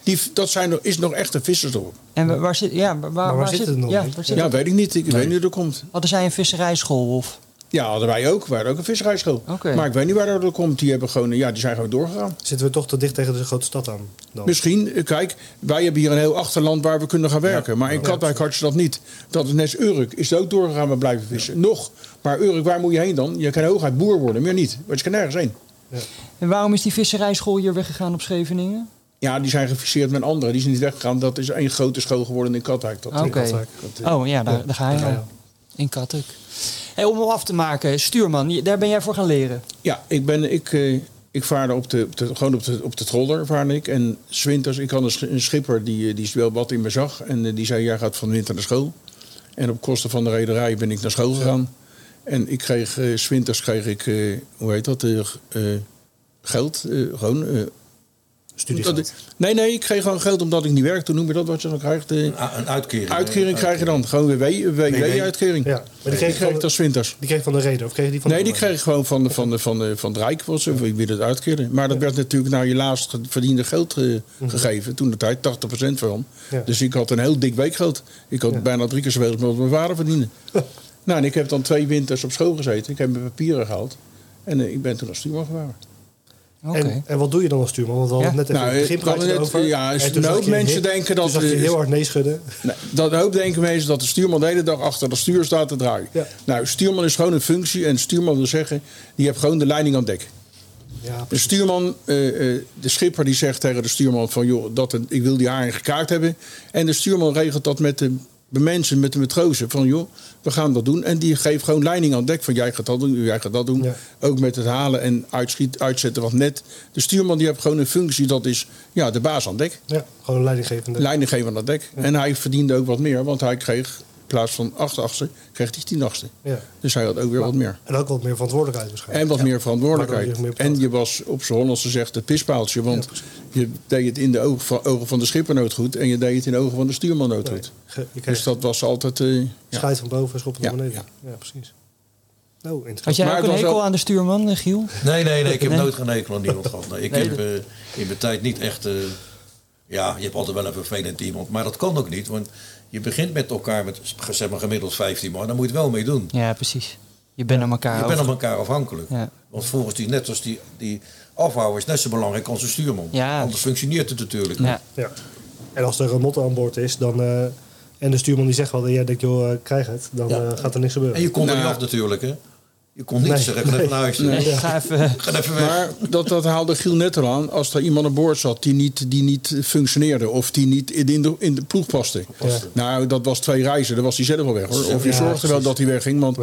Is nog echte vissersdorp. En waar zit het nog? Ja, weet ik niet. Ik weet niet hoe dat komt. Hadden zij een visserijschool? Of? Ja, hadden wij ook. We hadden ook een visserijschool. Okay. Maar ik weet niet waar dat komt. Die zijn gewoon doorgegaan. Zitten we toch te dicht tegen de grote stad aan? Dan? Misschien. Kijk, wij hebben hier een heel achterland waar we kunnen gaan werken. Ja. Maar in Katwijk had je dat niet. Dat is net Urk. Is het ook doorgegaan met blijven vissen. Ja. Nog. Maar Urk, waar moet je heen dan? Je kan hooguit boer worden, meer niet. Want je kan nergens heen. Ja. En waarom is die visserijschool hier weggegaan op Scheveningen? Ja, die zijn gefuseerd met anderen. Die zijn niet weggegaan. Dat is één grote school geworden in Katwijk. Oké. Daar ga je al. In Katwijk. Hey, om af te maken, stuurman, daar ben jij voor gaan leren? Ja, ik vaarde gewoon op de trolder vaarde ik. En 's winters, ik had een schipper die wel wat in me zag. En die zei, jij gaat van de winter naar school. En op kosten van de rederij ben ik naar school gegaan. En ik kreeg, 's winters kreeg ik, geld, gewoon Studiegeld. Nee, ik kreeg gewoon geld omdat ik niet werkte. Toen noem je dat wat je dan krijgt. Een uitkering. Uitkering krijg je dan. Gewoon WW-uitkering. Ja, maar die kreeg ik als winters. Die kreeg je van de reden of kreeg je die van Nee, de die kreeg ik gewoon van het Rijk. Wie wil het uitkeren. Maar dat werd natuurlijk naar je laatst verdiende geld gegeven. Toen de tijd 80% van. Ja. Dus ik had een heel dik weekgeld. Ik had bijna 3 keer zoveel als wat mijn vader verdiende. Nou, en ik heb dan 2 winters op school gezeten. Ik heb mijn papieren gehaald. En ik ben toen als stuurman gevaren. Oké. En wat doe je dan als stuurman? Want we hadden het net even in het begin praatje over. Ja, een hoop mensen denken dat... Toen zag je heel hard nee schudden. Nee, dat hoop denken mensen dat de stuurman de hele dag achter het stuur staat te draaien. Ja. Nou, stuurman is gewoon een functie. En stuurman wil zeggen, die heeft gewoon de leiding aan dek. Ja, de stuurman, de schipper die zegt tegen de stuurman van... joh, ik wil die haring gekaart hebben. En de stuurman regelt dat met de mensen, met de matrozen. Van joh, we gaan dat doen. En die geeft gewoon leiding aan dek. Van jij gaat dat doen, jij gaat dat doen. Ja. Ook met het halen en uitzetten van net. De stuurman die heeft gewoon een functie. Dat is de baas aan dek. Ja, gewoon een leidinggevende. Leidinggevende aan dek. Ja. En hij verdiende ook wat meer. Want hij kreeg in plaats van 8/8 kreeg hij 10/8. Ja. Dus hij had ook weer wat meer. En ook wat meer verantwoordelijkheid waarschijnlijk. En wat meer verantwoordelijkheid. En je was op z'n Hollandse zegt het pispaaltje. Want je deed het in de ogen van de schipper nooit goed. En je deed het in de ogen van de stuurman nooit goed. Dus dat was altijd... Schijt van boven en schoppen naar beneden. Ja, precies. Nou, had jij ook een hekel aan de stuurman, Giel? Nee, ik heb nooit geen hekel aan iemand gehad. Nee, ik heb in mijn tijd niet echt... je hebt altijd wel een vervelend iemand. Maar dat kan ook niet, want... Je begint met elkaar met zeg maar, gemiddeld 15 man. Daar moet je het wel mee doen. Ja, precies. Je bent aan elkaar afhankelijk. Ja. Want volgens net als die afhouwer is net zo belangrijk als een stuurman. Ja. Anders functioneert het natuurlijk niet. Ja. En als er een motto aan boord is, dan, en de stuurman die zegt wel... jij denkt, joh, krijg het. Dan gaat er niks gebeuren. En je komt er niet af natuurlijk, hè. Je kon niet zeggen, ga even naar huis. Ga even weg. Maar dat haalde Giel net eraan. Als er iemand aan boord zat die niet functioneerde. Of die niet in de ploeg paste. Ja. Nou, dat was 2 reizen. Dan was hij zelf al weg, hoor. Of je zorgde wel dat hij wegging. Want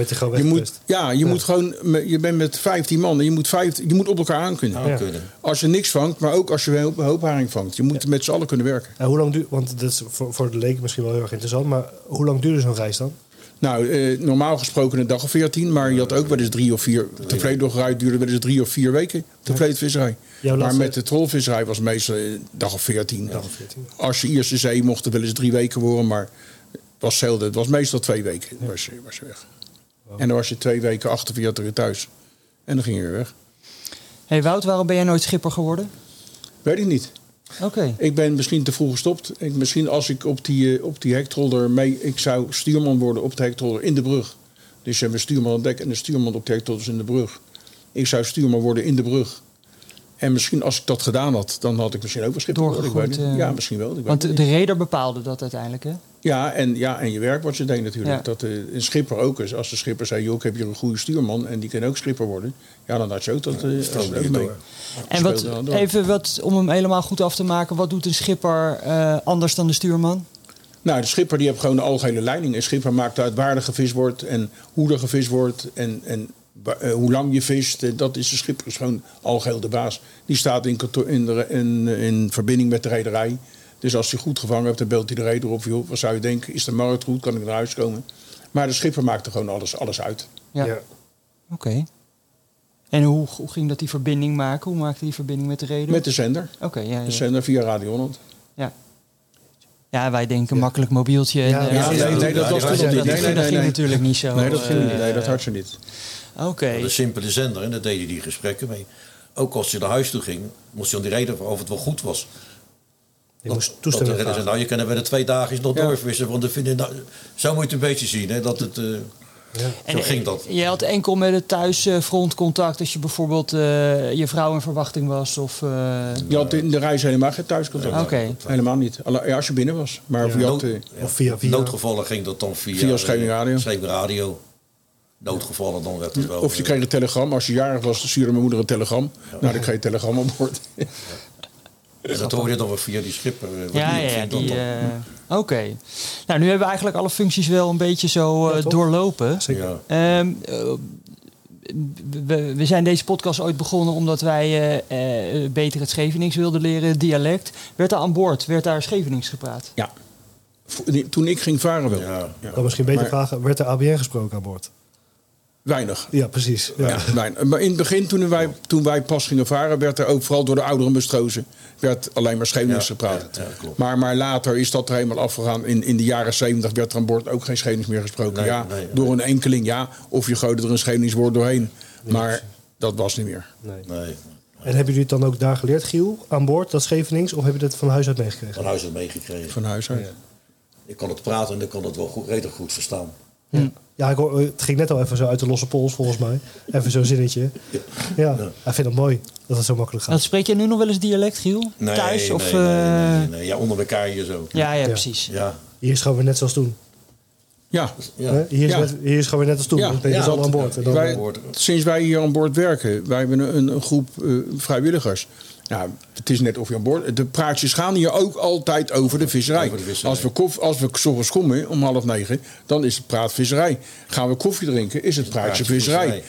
je moet gewoon... Je bent met 15 man. En je moet op elkaar aankunnen. Ja. Als je niks vangt, maar ook als je een hoop haring vangt. Je moet met z'n allen kunnen werken. En hoe lang duurt... Want dat is voor de leek misschien wel heel erg interessant. Maar hoe lang duurde zo'n reis dan? Nou, normaal gesproken een dag of 14, maar je had ook wel eens 3 of 4. De vleetdoggerij duurde wel eens 3 of 4 weken, de vleetvisserij. Maar met de trolvisserij was het meestal een dag of 14. Als je Ierse zee mocht er wel eens 3 weken worden, maar het was zelden. Het was meestal 2 weken, was je weg. Wow. En dan was je 2 weken 48 uur thuis. En dan ging je weer weg. Hey Wout, waarom ben jij nooit schipper geworden? Weet ik niet. Okay. Ik ben misschien te vroeg gestopt. Misschien als ik op die hektrolder mee... Ik zou stuurman worden op de hektrolder in de brug. Dus je hebt een stuurman aan dek en een stuurman op de hektrolders in de brug. Ik zou stuurman worden in de brug. En misschien als ik dat gedaan had, dan had ik misschien ook wel schipper geworden. Ja, misschien wel. Want de reder bepaalde dat uiteindelijk, hè? Ja, en je werk wat je deed natuurlijk. Ja. Dat een schipper ook is. Als de schipper zei, joh, ik heb hier een goede stuurman en die kan ook schipper worden. Ja, dan had je ook dat ook mee. En wat, om hem helemaal goed af te maken, wat doet een schipper anders dan de stuurman? Nou, de schipper die heeft gewoon de algehele leiding. Een schipper maakt uit waar er gevist wordt en hoe er gevist wordt en hoe lang je vist. Dat is de schipper, is gewoon algeheel de baas. Die staat in verbinding met de rederij. Dus als hij goed gevangen hebt, dan belt hij de reder op. Joh, wat zou je denken? Is de markt goed? Kan ik naar huis komen? Maar de schipper maakt er gewoon alles uit. Ja. Oké. En hoe ging dat die verbinding maken? Hoe maakte die verbinding met de reder? Met de zender. Ja. De zender via Radio Holland. Ja. Ja, wij denken makkelijk mobieltje. Nee, dat was toen niet. Nee, dat ging natuurlijk niet zo. Nee, dat ging niet. Nee, dat had je niet. Oké. De simpele zender, en daar deed je die gesprekken mee. Ook als je naar huis toe ging, moest je aan die reder of het wel goed was. Je moest toestemming vragen. Nou, je kan er wel de 2 dagen nog doorvissen. Want zo moet je het een beetje zien, hè, dat het... Zo ging dat. Je had enkel met het thuisfrontcontact als je bijvoorbeeld je vrouw in verwachting was? Of, Je had in de reis helemaal geen thuiscontact. Okay. Helemaal niet. Als je binnen was. Maar of via noodgevallen ging dat dan via Scheeping Radio. Noodgevallen, dan werd het wel... Of je kreeg een telegram. Als je jarig was, dan stuurde mijn moeder een telegram. Nou, dan kreeg je een telegram aan boord. En dat hoorde je dan weer via die schipper. Oké. Nou, nu hebben we eigenlijk alle functies wel een beetje zo doorlopen. Zeker. We zijn deze podcast ooit begonnen omdat wij beter het Schevenings wilden leren, dialect. Werd daar aan boord, werd daar Schevenings gepraat? Ja. Toen ik ging varen wel. Dan misschien beter vragen, werd er ABN gesproken aan boord? Weinig. Ja, precies. Ja. Ja, weinig. Maar in het begin, toen wij pas gingen varen, werd er ook vooral door de ouderen bestrozen. Werd alleen maar Schevenings gepraat. Ja, klopt. Maar later is dat er helemaal afgegaan. In de jaren 70 werd er aan boord ook geen Schevenings meer gesproken. Nee. Door een enkeling, ja. Of je gooide er een Schevenings woord doorheen. Maar dat was niet meer. Nee. Nee, En hebben jullie het dan ook daar geleerd, Giel, aan boord, dat Schevenings? Of heb je dat van huis uit meegekregen? van huis uit meegekregen. Van huis uit. Ja. Ik kon het praten en ik kon het wel redelijk goed verstaan. Ja, het ging net al even zo uit de losse pols, volgens mij. Even zo'n zinnetje. Ja, ik vind het mooi dat het zo makkelijk gaat. Spreek je nu nog wel eens dialect, Giel? Nee, Thuis? nee, Of, nee. Ja, onder elkaar hier zo. Ja, precies. Ja. Hier is gewoon weer net zoals toen. Ja. Ja. Hè? Hier is gewoon weer net als toen. Ja. Dan ben je dus al aan boord. En dan, Sinds wij hier aan boord werken, wij hebben een groep vrijwilligers. Nou, het is net of je aan boord. De praatjes gaan hier ook altijd over de visserij. Over de visserij. Als we 's ochtends komen om 8:30, dan is het praat visserij. Gaan we koffie drinken, is het praatje visserij.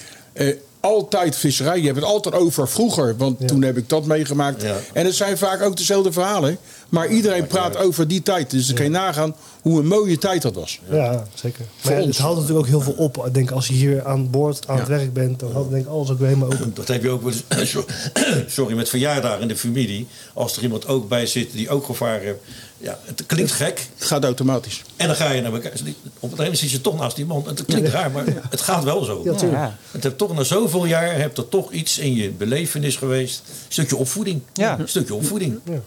Altijd visserij. Je hebt het altijd over vroeger, want toen heb ik dat meegemaakt. Ja. En het zijn vaak ook dezelfde verhalen. Maar iedereen praat over die tijd. Dus dan kan je nagaan hoe een mooie tijd dat was. ja, zeker. Voor Maar ons. het houdt natuurlijk ook heel veel op. Ik denk, als je hier aan boord aan het werk bent, dan houdt denk ik alles ook weer helemaal open. Dat heb je ook wel eens, sorry, met verjaardagen in de familie. Als er iemand ook bij zit die ook gevaren heeft. Ja, het klinkt gek. Het gaat automatisch. En dan ga je naar elkaar. Op het einde zit je toch naast die man. En het klinkt raar, maar het gaat wel zo. Ja, tuurlijk. Ja. Het hebt toch na zoveel jaar hebt er toch iets in je belevenis geweest. Een stukje opvoeding. Ja. Een stukje opvoeding. Ja.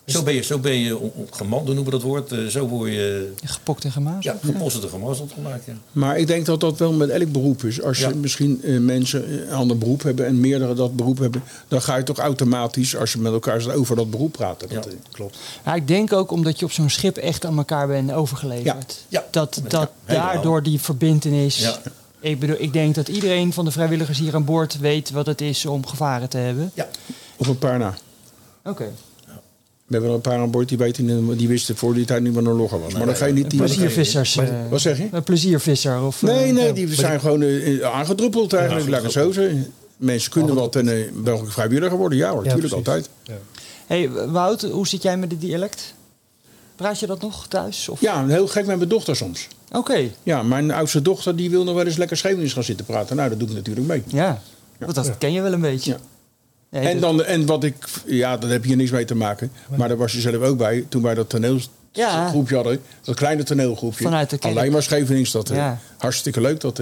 Zo ben je gemand, noemen we dat woord. Zo word je Gepokt en gemaakt. gepost en gemazeld gemaakt. Ja. Maar ik denk dat dat wel met elk beroep is. Als je misschien mensen een ander beroep hebben en meerdere dat beroep hebben, dan ga je toch automatisch, als je met elkaar zit, over dat beroep praten. Dat, Klopt. Ja, ik denk ook omdat je op zo'n schip echt aan elkaar bent overgeleverd. Ja. Dat Helemaal. daardoor die verbintenis. Ja. Ik denk dat iedereen van de vrijwilligers hier aan boord weet wat het is om gevaren te hebben. Ja. Of een paar na. Oké. We hebben er een paar aan boord die wisten voor die tijd niet wat een logger was. Maar dan ga je niet die. Pleziervissers. Wat zeg je? Een pleziervisser. Of, Nee, die zijn gewoon aangedruppeld eigenlijk. Laat ik het zo zeggen. Mensen kunnen wat en ben ook vrijwilliger worden. Ja hoor, natuurlijk precies. altijd. Ja. Hey, Wout, hoe zit jij met het dialect? Praat je dat nog thuis? Of? Ja, heel gek met mijn dochter soms. Oké. Ja, mijn oudste dochter die wil nog wel eens lekker Schevenings gaan zitten praten. Nou, dat doe ik natuurlijk mee. Ja. Want dat ken je wel een beetje. Ja. Nee, En wat ik, ja, daar heb je niks mee te maken. Maar daar was je zelf ook bij toen wij dat toneelgroepje hadden. Dat kleine toneelgroepje. Vanuit de kerk. Alleen maar Schevenings. Dat, Ja. hartstikke leuk dat.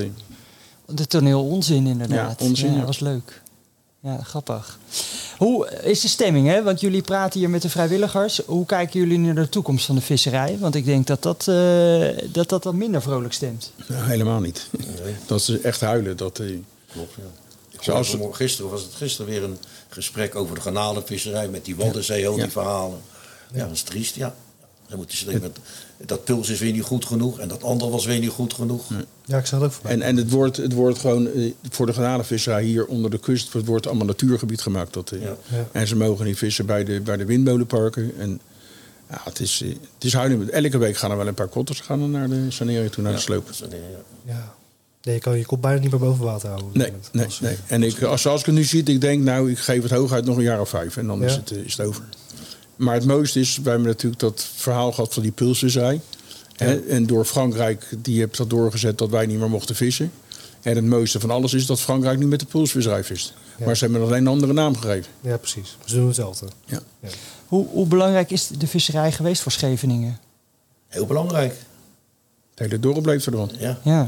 De toneel onzin inderdaad. Ja, onzin, ja. was leuk. Ja, grappig. Hoe is de stemming, hè? Want jullie praten hier met de vrijwilligers. Hoe kijken jullie naar de toekomst van de visserij? Want ik denk dat dat minder vrolijk stemt. Nou, helemaal niet. Nee. Dat is echt huilen. Dat, Klopt, ja. Zoals Gisteren weer een gesprek over de garnalenvisserij met die Waddenzee, al die verhalen. Ja, dat is triest, ja. Dan moet je denken, dat pils is weer niet goed genoeg en dat andere was weer niet goed genoeg. Ja, ik zag het ook voorbij. en het wordt gewoon voor de garnalenvisserij hier onder de kust. Het wordt allemaal natuurgebied gemaakt. Ja. En ze mogen niet vissen bij de windmolenparken. En ja, het is huilen. Elke week gaan er wel een paar kotters naar de sanering toe, naar de sloop. Ja. Nee, je kan je kop bijna niet meer boven water houden. op dit Nee. moment. Nee. En als ik het nu zie, ik denk, nou, ik geef het hooguit nog een jaar of 5. En dan is het over. Maar het mooiste is, wij hebben natuurlijk dat verhaal gehad van die pulsvisserij. Ja. En door Frankrijk, die heeft dat doorgezet dat wij niet meer mochten vissen. En het mooiste van alles is dat Frankrijk nu met de pulsvisserij vist. Ja. Maar ze hebben alleen een andere naam gegeven. Ja, precies. Ze doen hetzelfde. Ja. Ja. Hoe belangrijk is de visserij geweest voor Scheveningen? Heel belangrijk. Het hele dorp bleef ervan. Ja.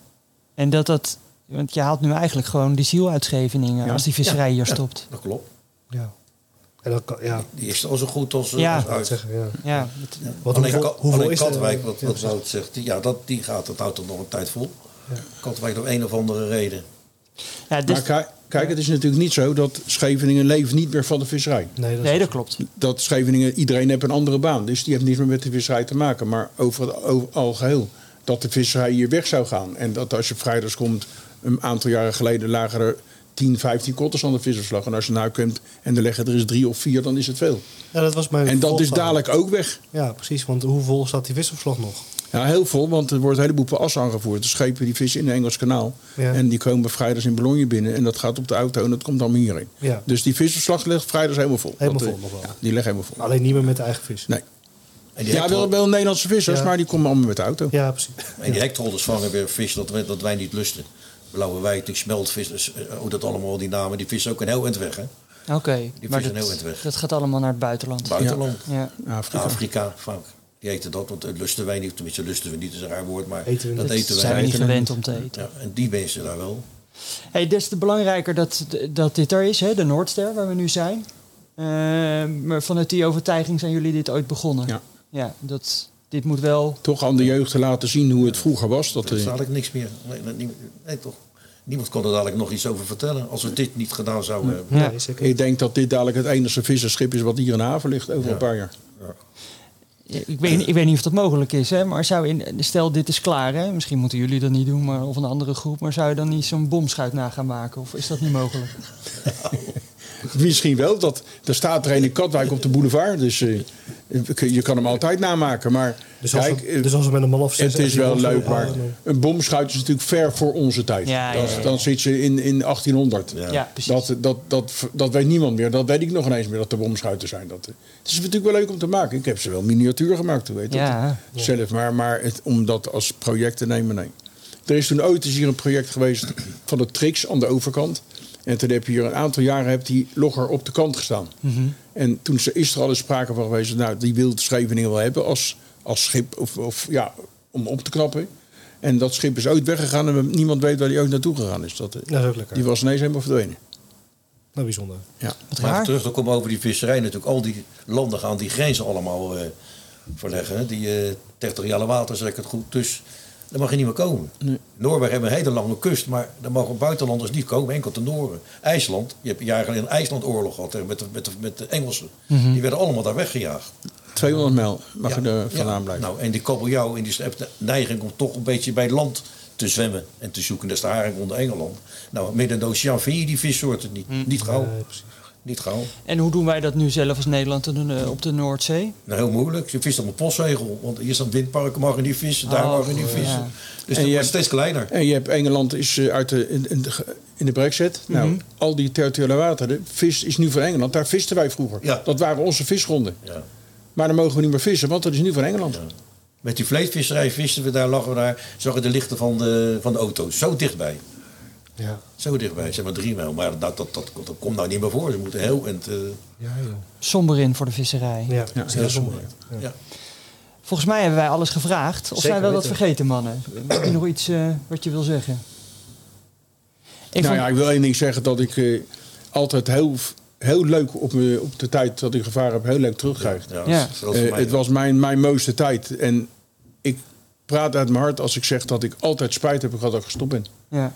En want je haalt nu eigenlijk gewoon die ziel uit Scheveningen als die visserij hier stopt. Dat klopt. Ja. En dat kan, ja. Die is al zo goed als uit. Zeggen, ja. Ja. Wat, hoeveel is Katwijk, wat Wout zegt, die gaat het houdt er nog een tijd vol. Ja. Katwijk door een of andere reden. Ja, dus maar kijk, het is natuurlijk niet zo dat Scheveningen leeft niet meer van de visserij. Nee, dat klopt. Dat Scheveningen, iedereen heeft een andere baan. Dus die heeft niets meer met de visserij te maken. Maar over al geheel, dat de visserij hier weg zou gaan. En dat als je vrijdags komt, een aantal jaren geleden lagen er 10, 15 kotters aan de visserslag. En als je nou komt en er leggen er eens 3 of 4, dan is het veel. Ja, dat was mijn en dat is dadelijk ook weg. Ja, precies. Want hoe vol staat die visserslag nog? Ja, heel vol, want er wordt een heleboel per as aangevoerd. De schepen die vissen in het Engels kanaal. Ja. En die komen vrijdags in Boulogne binnen. En dat gaat op de auto en dat komt dan hierin. Ja. Dus die visserslag ligt vrijdags helemaal vol. Helemaal vol nog wel. Ja, die ligt helemaal vol. Alleen niet meer met de eigen vis? Nee. Ja, wel Nederlandse vissers, maar die komen allemaal met de auto. Ja, precies. En die hektrolders vangen weer vis dat wij niet lusten. blauwe wijting, smeltvis, hoe dat allemaal, die namen, die vissen ook een heel eind weg, hè? Oké, Die maar vissen heel eind weg. dat gaat allemaal naar het buitenland. Buitenland. Ja. Afrika vaak. Die eten dat, want dat lusten wij niet. Tenminste, lusten we niet, dat is een raar woord, maar Eten we dat niet. eten wij. Zijn we niet gewend om te eten. Ja, en die mensen daar wel. Hey, des te belangrijker dat dit er is, hè, de Noordster, waar we nu zijn. Maar vanuit die overtuiging zijn jullie dit ooit begonnen. Ja, dit moet wel... Toch aan de jeugd te laten zien hoe het vroeger was. Dat is eigenlijk niks meer. Nee, toch. Niemand kon er dadelijk nog iets over vertellen als we dit niet gedaan zouden hebben. Ja. Nee, zeker. Ik denk dat dit dadelijk het enige visserschip is wat hier in de haven ligt over een paar jaar. Ja. Ik weet niet of dat mogelijk is, hè, maar stel dit is klaar, hè, misschien moeten jullie dat niet doen, maar, of een andere groep, maar zou je dan niet zo'n bomschuit na gaan maken? Of is dat niet mogelijk? Misschien wel. Er staat er een in Katwijk op de boulevard. Dus je kan hem altijd namaken. Maar Dus als we met een man of 6... het is wel leuk. Maar ophalen, een bomschuit is natuurlijk ver voor onze tijd. Ja. Dan zit je in 1800. Ja, precies. Dat weet niemand meer. Dat weet ik nog ineens meer dat er bomschuiten zijn. Het is natuurlijk wel leuk om te maken. Ik heb ze wel miniatuur gemaakt. Weet Ja. dat zelf. Maar om dat als project te nemen, nee. Er is toen ooit hier een project geweest van de Trix aan de overkant. En toen heb je hier een aantal jaren heeft die logger op de kant gestaan. En toen is er al eens sprake van geweest, nou, die wil Scheveningen wel hebben als schip om op te knappen. En dat schip is ooit weggegaan en niemand weet waar die ooit naartoe gegaan is. Dat is ook lekker. Die was inees helemaal verdwenen. Nou, bijzonder. Ja. Maar even terug te komen over die visserij. Natuurlijk, al die landen gaan die grenzen allemaal verleggen. Hè? Die territoriale wateren, zeg ik het goed. Dus daar mag je niet meer komen. Nee. Noorwegen hebben een hele lange kust, maar daar mogen buitenlanders niet komen, enkel de Nooren. IJsland, je hebt jaren geleden een IJsland-oorlog gehad met de Engelsen. Die werden allemaal daar weggejaagd. 200 mijl mag je er vandaan blijven. Nou, en die kabeljauw heeft de neiging om toch een beetje bij land te zwemmen en te zoeken. Dat is de haring onder Engeland. Nou, midden in de oceaan vind je die vissoorten niet. Niet gauw. Niet gauw. En hoe doen wij dat nu zelf als Nederland op de Noordzee? Nou, heel moeilijk. Je vist op een postzegel. Want hier staan windparken, mag je niet vissen. Daar mag je niet vissen. Ja. Dus En dat je wordt steeds kleiner. En je hebt Engeland is in de Brexit. Nou, al die territoriale wateren, vis is nu voor Engeland. Daar visten wij vroeger. Ja. Dat waren onze visgronden. Ja. Maar dan mogen we niet meer vissen, want dat is nu voor Engeland. Ja. Met die vleesvisserij visten we daar, lagen we daar, zag je de lichten van de auto's. Zo dichtbij. Ja. Zo dichtbij, zeg maar 3 mijl. Maar dat komt nou niet meer voor. Ze moeten heel... Ja, joh. Somber in voor de visserij. Ja, Ja, heel somber. ja. Volgens mij hebben wij alles gevraagd. Of Zeker zijn we wat weten. vergeten, mannen? Heb je nog iets wat je wil zeggen? Ik wil één ding zeggen dat ik altijd heel leuk op de tijd dat ik gevaren heb, heel leuk terugkrijg. Ja, Ja. dat is voor mij, Het was mijn mooiste tijd. En ik praat uit mijn hart als ik zeg dat ik altijd spijt heb gehad dat ik gestopt ben. Ja.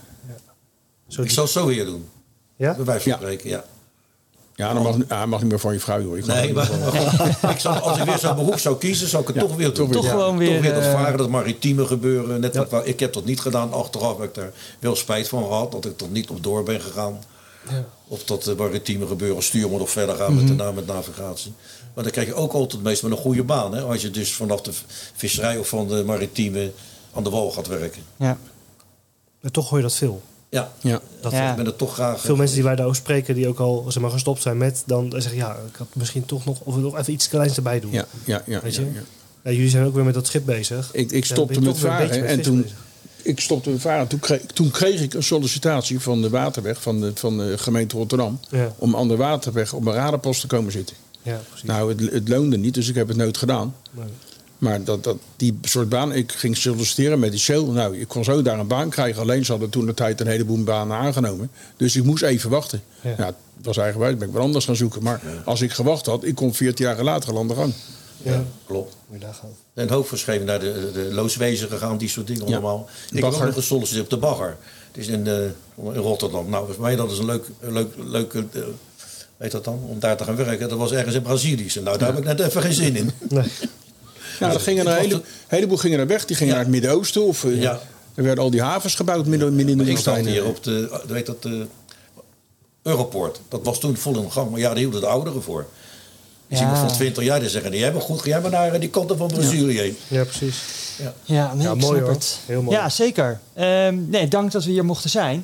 Zo Ik zal het zo weer doen. Ja? Bij wijze van Ja. spreken, ja. Ja, dan mag niet meer van je vrouw, hoor. Nee, maar als ik weer zo'n beroep zou kiezen, zou ik het toch weer doen. Toch gewoon weer... Toch weer dat varen, dat maritieme gebeuren. Net ik heb dat niet gedaan. Achteraf heb ik daar wel spijt van gehad. Dat ik er niet op door ben gegaan. Ja. Op dat maritieme gebeuren. Als stuurman nog verder gaan met navigatie. Maar dan krijg je ook altijd meest met een goede baan. Hè? Als je dus vanaf de visserij of van de maritieme aan de wal gaat werken. Ja. Maar toch hoor je dat veel. Ja, Ja. Ja. ik ben er toch graag... Veel mensen die wij daarover spreken, die ook al zeg maar, gestopt zijn met, dan zeggen ja, ik had misschien toch nog, of nog even iets kleins erbij doen. Ja. Weet je? Ja. Ja, jullie zijn ook weer met dat schip bezig. Ik stopte ben je met toch weer een beetje varen met en vis toen... bezig. Ik stopte met varen. Toen kreeg ik een sollicitatie van de Waterweg, van de gemeente Rotterdam, Ja. om aan de Waterweg op een radarpost te komen zitten. Ja, precies. Nou, het loonde niet, dus ik heb het nooit gedaan. Nee. Maar die soort baan, ik ging solliciteren met die Shell. Nou, ik kon zo daar een baan krijgen. Alleen ze hadden toen de tijd een heleboel banen aangenomen. Dus ik moest even wachten. Ja. Ja, het was eigenwijs, ben ik wat anders gaan zoeken. Maar als ik gewacht had, ik kon 14 jaar later al aan de gang. Ja. Klopt. Moet je nagaan. En hoofdverschreven naar de looswezen gegaan, die soort dingen Ja. allemaal. Ik heb ook Bagger. nog gesolliciteerd op de Bagger. Het is in Rotterdam. Nou, voor mij dat is een leuke... weet dat dan? Om daar te gaan werken. Dat was ergens in Brazilië. Nou, daar heb ik net even geen zin in. Nee. Nou, er gingen een heleboel gingen er weg. Die gingen Ja. naar het Midden-Oosten. Of Ja. er werden al die havens gebouwd midden in de Ik sta woestijn. hier op de Europoort. Dat was toen vol in gang. Maar ja, daar hielden de ouderen voor. Is Ja. iemand van 20 jaar die zeggen... jij bent goed, ga jij maar naar die kanten van Brazilië heen. Ja, precies. Ja, nee, Ja, ik mooi snap hoor. het. Heel mooi. Ja, zeker. Nee, dank dat we hier mochten zijn.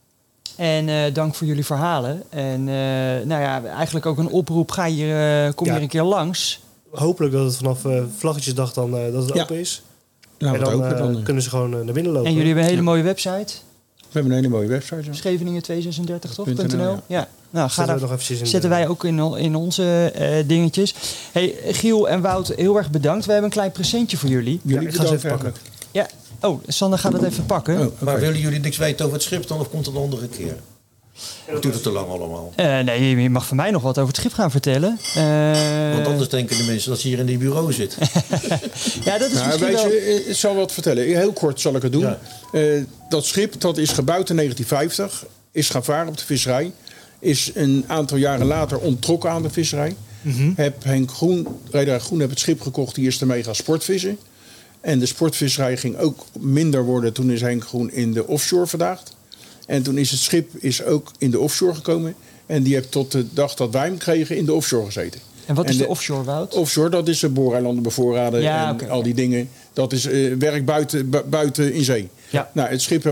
En dank voor jullie verhalen. En nou ja, eigenlijk ook een oproep. Kom Ja. hier een keer langs. Hopelijk dat het vanaf Vlaggetjesdag dan dat het Ja. open is. Nou, en wat dan, ook, dan kunnen ze gewoon naar binnen lopen. En jullie hebben een hele mooie website. We hebben een hele mooie website. Ja. Scheveningen 236 toch? .nl, .nl. Ja. Nou, ga daar nog eventjes in zetten wij ook in onze dingetjes. Hey, Giel en Wout, heel erg bedankt. We hebben een klein presentje voor jullie. Jullie ik ga ze even bedankt pakken. Ja. Oh, Sander gaat het even pakken. eigenlijk. Oh, Maar oké. willen jullie niks weten over het schip dan, of komt het een andere keer? Of duurt het te lang allemaal? Nee, je mag van mij nog wat over het schip gaan vertellen. Want anders denken de mensen dat ze hier in die bureau zit. Ja, dat is Nou, misschien weet wel... je, ik zal wat vertellen. Heel kort zal ik het doen. Ja. Dat schip dat is gebouwd in 1950, is gaan varen op de visserij. Is een aantal jaren later onttrokken aan de visserij. Heb Henk Groen, Rederij Groen, heb het schip gekocht. Die is ermee gaan sportvissen. En de sportvisserij ging ook minder worden. Toen is Henk Groen in de offshore verdaagd. En toen is het schip ook in de offshore gekomen. En die heeft tot de dag dat wij hem kregen in de offshore gezeten. En wat is En de de- offshore, Wout? Offshore, dat is booreilanden bevoorraden Ja, en oké, al die dingen. Dat is werk buiten in zee. Ja. Nou, het schip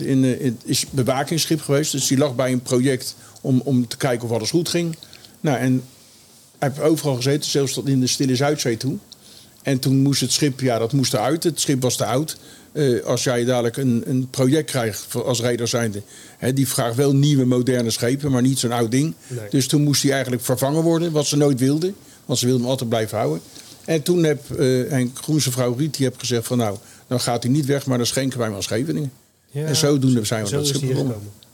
is bewakingsschip geweest. Dus die lag bij een project om te kijken of alles goed ging. Nou, en hij heeft overal gezeten, zelfs tot in de Stille Zuidzee toe. En toen moest het schip, dat moest eruit. Het schip was te oud. Als jij dadelijk een project krijgt als reder zijnde, die vraagt wel nieuwe moderne schepen, maar niet zo'n oud ding. Nee. Dus toen moest hij eigenlijk vervangen worden, wat ze nooit wilden. Want ze wilden hem altijd blijven houden. En toen heb Henk Groense vrouw Riet, die heeft gezegd van nou, dan gaat hij niet weg, maar dan schenken wij hem aan Scheveningen. Ja, En zodoende zijn we zo dat is schip die hier begonnen. gekomen.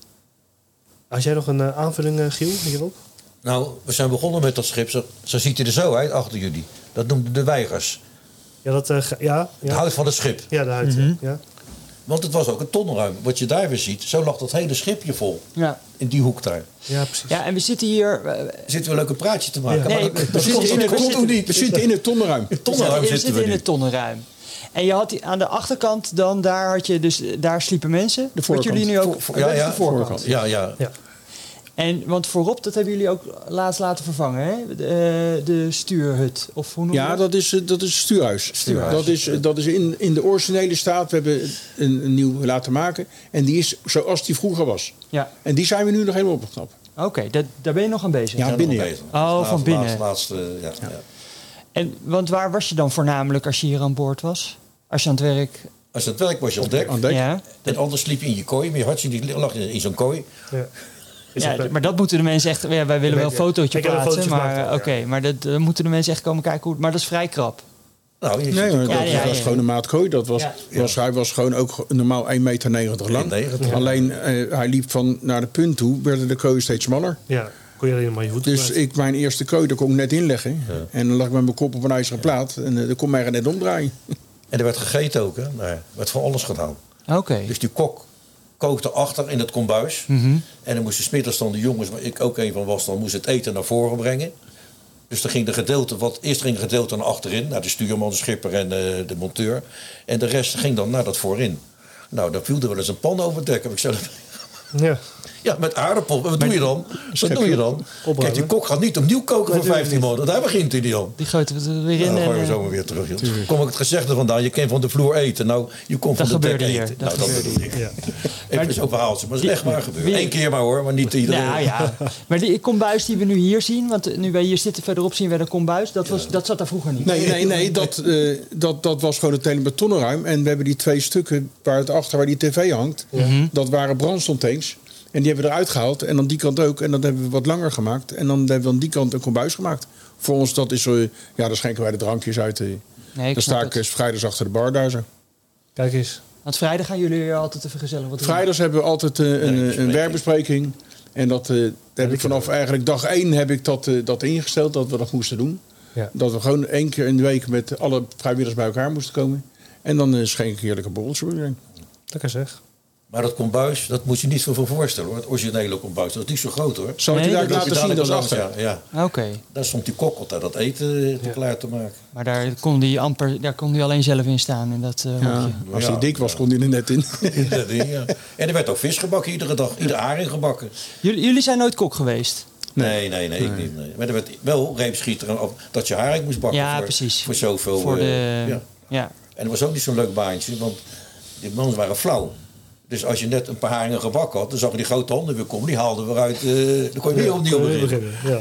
Als jij nog een aanvulling, Giel, hierop? Nou, we zijn begonnen met dat schip. Zo ziet hij er zo uit achter jullie. Dat noemden de weigers. Ja, dat, Het hout van het schip. Ja, de huid. Ja. Want het was ook een tonnenruim. Wat je daar weer ziet, zo lag dat hele schipje vol. Ja. In die hoek daar. Ja, precies. Ja, en we zitten hier... Zitten we een leuke praatje te maken. Ja. Maar Nee, dat we zitten in dat het- komt toch niet? We zitten in het tonnenruim. In het tonnenruim we zitten zitten we in nu. het tonnenruim. En je had aan de achterkant dan, daar sliepen mensen. De Wat voorkant. jullie nu ook... Ja, dat is ja, de voorkant. Ja, ja. Ja. En, want voorop, dat hebben jullie ook laatst laten vervangen, hè? De stuurhut. Of hoe noem je Ja, dat is het stuurhuis. Stuurhuis. Dat is in de originele staat. We hebben een nieuw laten maken. En die is zoals die vroeger was. Ja, En die zijn we nu nog helemaal op het knap. oké. Daar ben je nog aan bezig. Ja. Zijn binnen, nog ja. bezig. Oh, van binnen. Laatste, ja. En, want waar was je dan voornamelijk als je hier aan boord was? Als je aan het werk... Als het werk was je ontdekt. Aan dek. Ja, En anders sliep je in je kooi. Maar je hartje die lag in zo'n kooi. Ja. Is ja, dat, maar dat moeten de mensen echt... Ja, wij willen wel een fotootje Ik heb een plaatsen, fotootje maar gemaakt, oké. Maar dat moeten de mensen echt komen kijken hoe... Maar dat is vrij krap. Nou, je Nee, ziet hoor, het dat was gewoon een maatkooi. Hij was gewoon ook normaal 1,90 meter lang. 1,90. Alleen hij liep van naar de punt toe, werden de kooien steeds smaller. ja, kon je alleen maar je voeten Dus mijn eerste kooi, daar kon ik net inleggen. Ja. En dan lag ik met mijn kop op een ijzeren plaat. En dan kon mij er net omdraaien. En er werd gegeten ook, hè? Nee, er werd van alles gedaan. Oké. Dus die kok kookte achter in het kombuis. En dan moesten 's middags dan de jongens, waar ik ook een van was, dan moest het eten naar voren brengen. Dus dan ging eerst ging een gedeelte naar achterin, naar de stuurman, de schipper en de monteur. En de rest ging dan naar dat voorin. Nou, dan viel er wel eens een pan over het dek, heb ik zelf. Ja. Ja, met aardappel. Wat doe je dan? Wat doe je dan? Opruimen. Kijk, die kok gaat niet opnieuw koken voor 15 man. Daar begint hij niet aan. Die gooit het er weer in. Nou, en, gooi je zomaar weer terug, joh. Kom ik het gezegde vandaan. Je kan van de vloer eten. Nou, je komt van Dat de dek gebeurde hier. eten. Dat Nou, dat gebeurde bedoel ik. Ja. Even zo'n verhaaltje. Maar het is echt waar gebeurd. wie- Eén keer maar hoor, maar niet iedereen. Nou ja, maar die kombuis die we nu hier zien, want nu wij hier zitten verderop zien we de kombuis, dat zat daar vroeger niet. Nee, dat was gewoon het hele betonnenruim. En we hebben die 2 stukken waar die tv hangt. Dat waren brandstondtanks. En die hebben we eruit gehaald. En aan die kant ook. En dat hebben we wat langer gemaakt. En dan hebben we aan die kant een kombuis gemaakt. Voor ons, dat is daar schenken wij de drankjes uit. Nee, ik Dan snap sta ik het. vrijdags achter de bar daar zo. Kijk eens. Want vrijdag gaan jullie weer altijd even gezellig wat doen. Vrijdags hebben we altijd een werkbespreking. En dat heb ik vanaf eigenlijk dag 1 heb ik dat ingesteld. Dat we dat moesten doen. Ja. Dat we gewoon 1 keer in de week met alle vrijwilligers bij elkaar moesten komen. En dan schenk ik heerlijke borreltje voor iedereen. Lekker zeg. Maar dat kombuis, dat moet je niet zoveel voorstellen hoor. Het originele kombuis, dat is niet zo groot hoor. Zal ik Nee, je daar dat laten zien, dat is langs, achter. ja. Oké, Daar stond die kok altijd dat eten klaar te maken. maar daar kon hij alleen zelf in staan in dat Ja, hokje. als hij Ja. dik was, kon hij er net in. Ja. En er werd ook vis gebakken iedere dag. Iedere haring gebakken. Jullie zijn nooit kok geweest? Nee, ik niet. Nee. Maar er werd wel reepschieteren op dat je haring moest bakken. Ja, voor, precies. Voor zoveel. Voor de... ja. Ja. En dat was ook niet zo'n leuk baantje, want die mannen waren flauw. Dus als je net een paar haringen gebakken had, dan zag je die grote handen weer komen. Die haalden we eruit. Dan kon je weer opnieuw beginnen. Ja.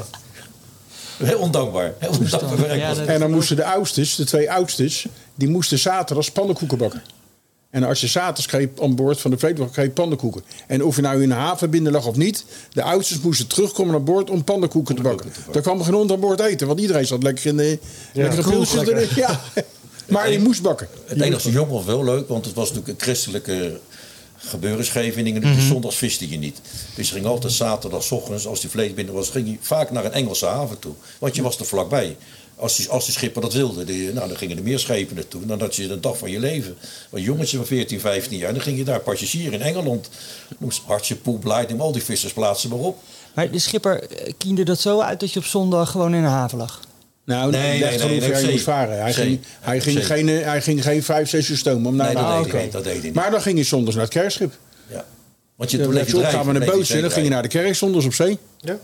Heel ondankbaar. Heel ondankbaar werk Ja, was dat- het. En dan moesten de oudsters, de 2 oudsters, die moesten zaterdag pannenkoeken bakken. En als je zaten kreeg aan boord van de vleetwagen kreeg je pannenkoeken. En of je nou in de haven binnen lag of niet, de oudsters moesten terugkomen naar boord om pannenkoeken te bakken. Daar kwam geen hond aan boord eten, want iedereen zat lekker in de pilsjes erin. Ja. Maar je moest bakken. Het Engelse jongen was wel leuk, want het was natuurlijk een christelijke gebeuren Scheveningen. Dus zondags viste je niet. Dus je ging altijd zaterdagochtends, als die vlees binnen was, ging je vaak naar een Engelse haven toe. Want je was er vlakbij. Als de schipper dat wilde, dan gingen er meer schepen naartoe. Dan had je een dag van je leven. Een jongetje van 14, 15 jaar, dan ging je daar passagier in Engeland. Hartjepoel, Blijding, al die vissersplaatsen maar op. Maar de schipper kiende dat zo uit dat je op zondag gewoon in de haven lag? Nou, nee, hij moest varen. Hij ging geen 5, 6 uur stomen om naar de haven. Dat deed hij niet. Maar dan ging je zondags naar het kerkschip. Ja. Want je Dan bleef je opgaan met een bootje en dan ging je naar de kerk zondags op zee. Ja.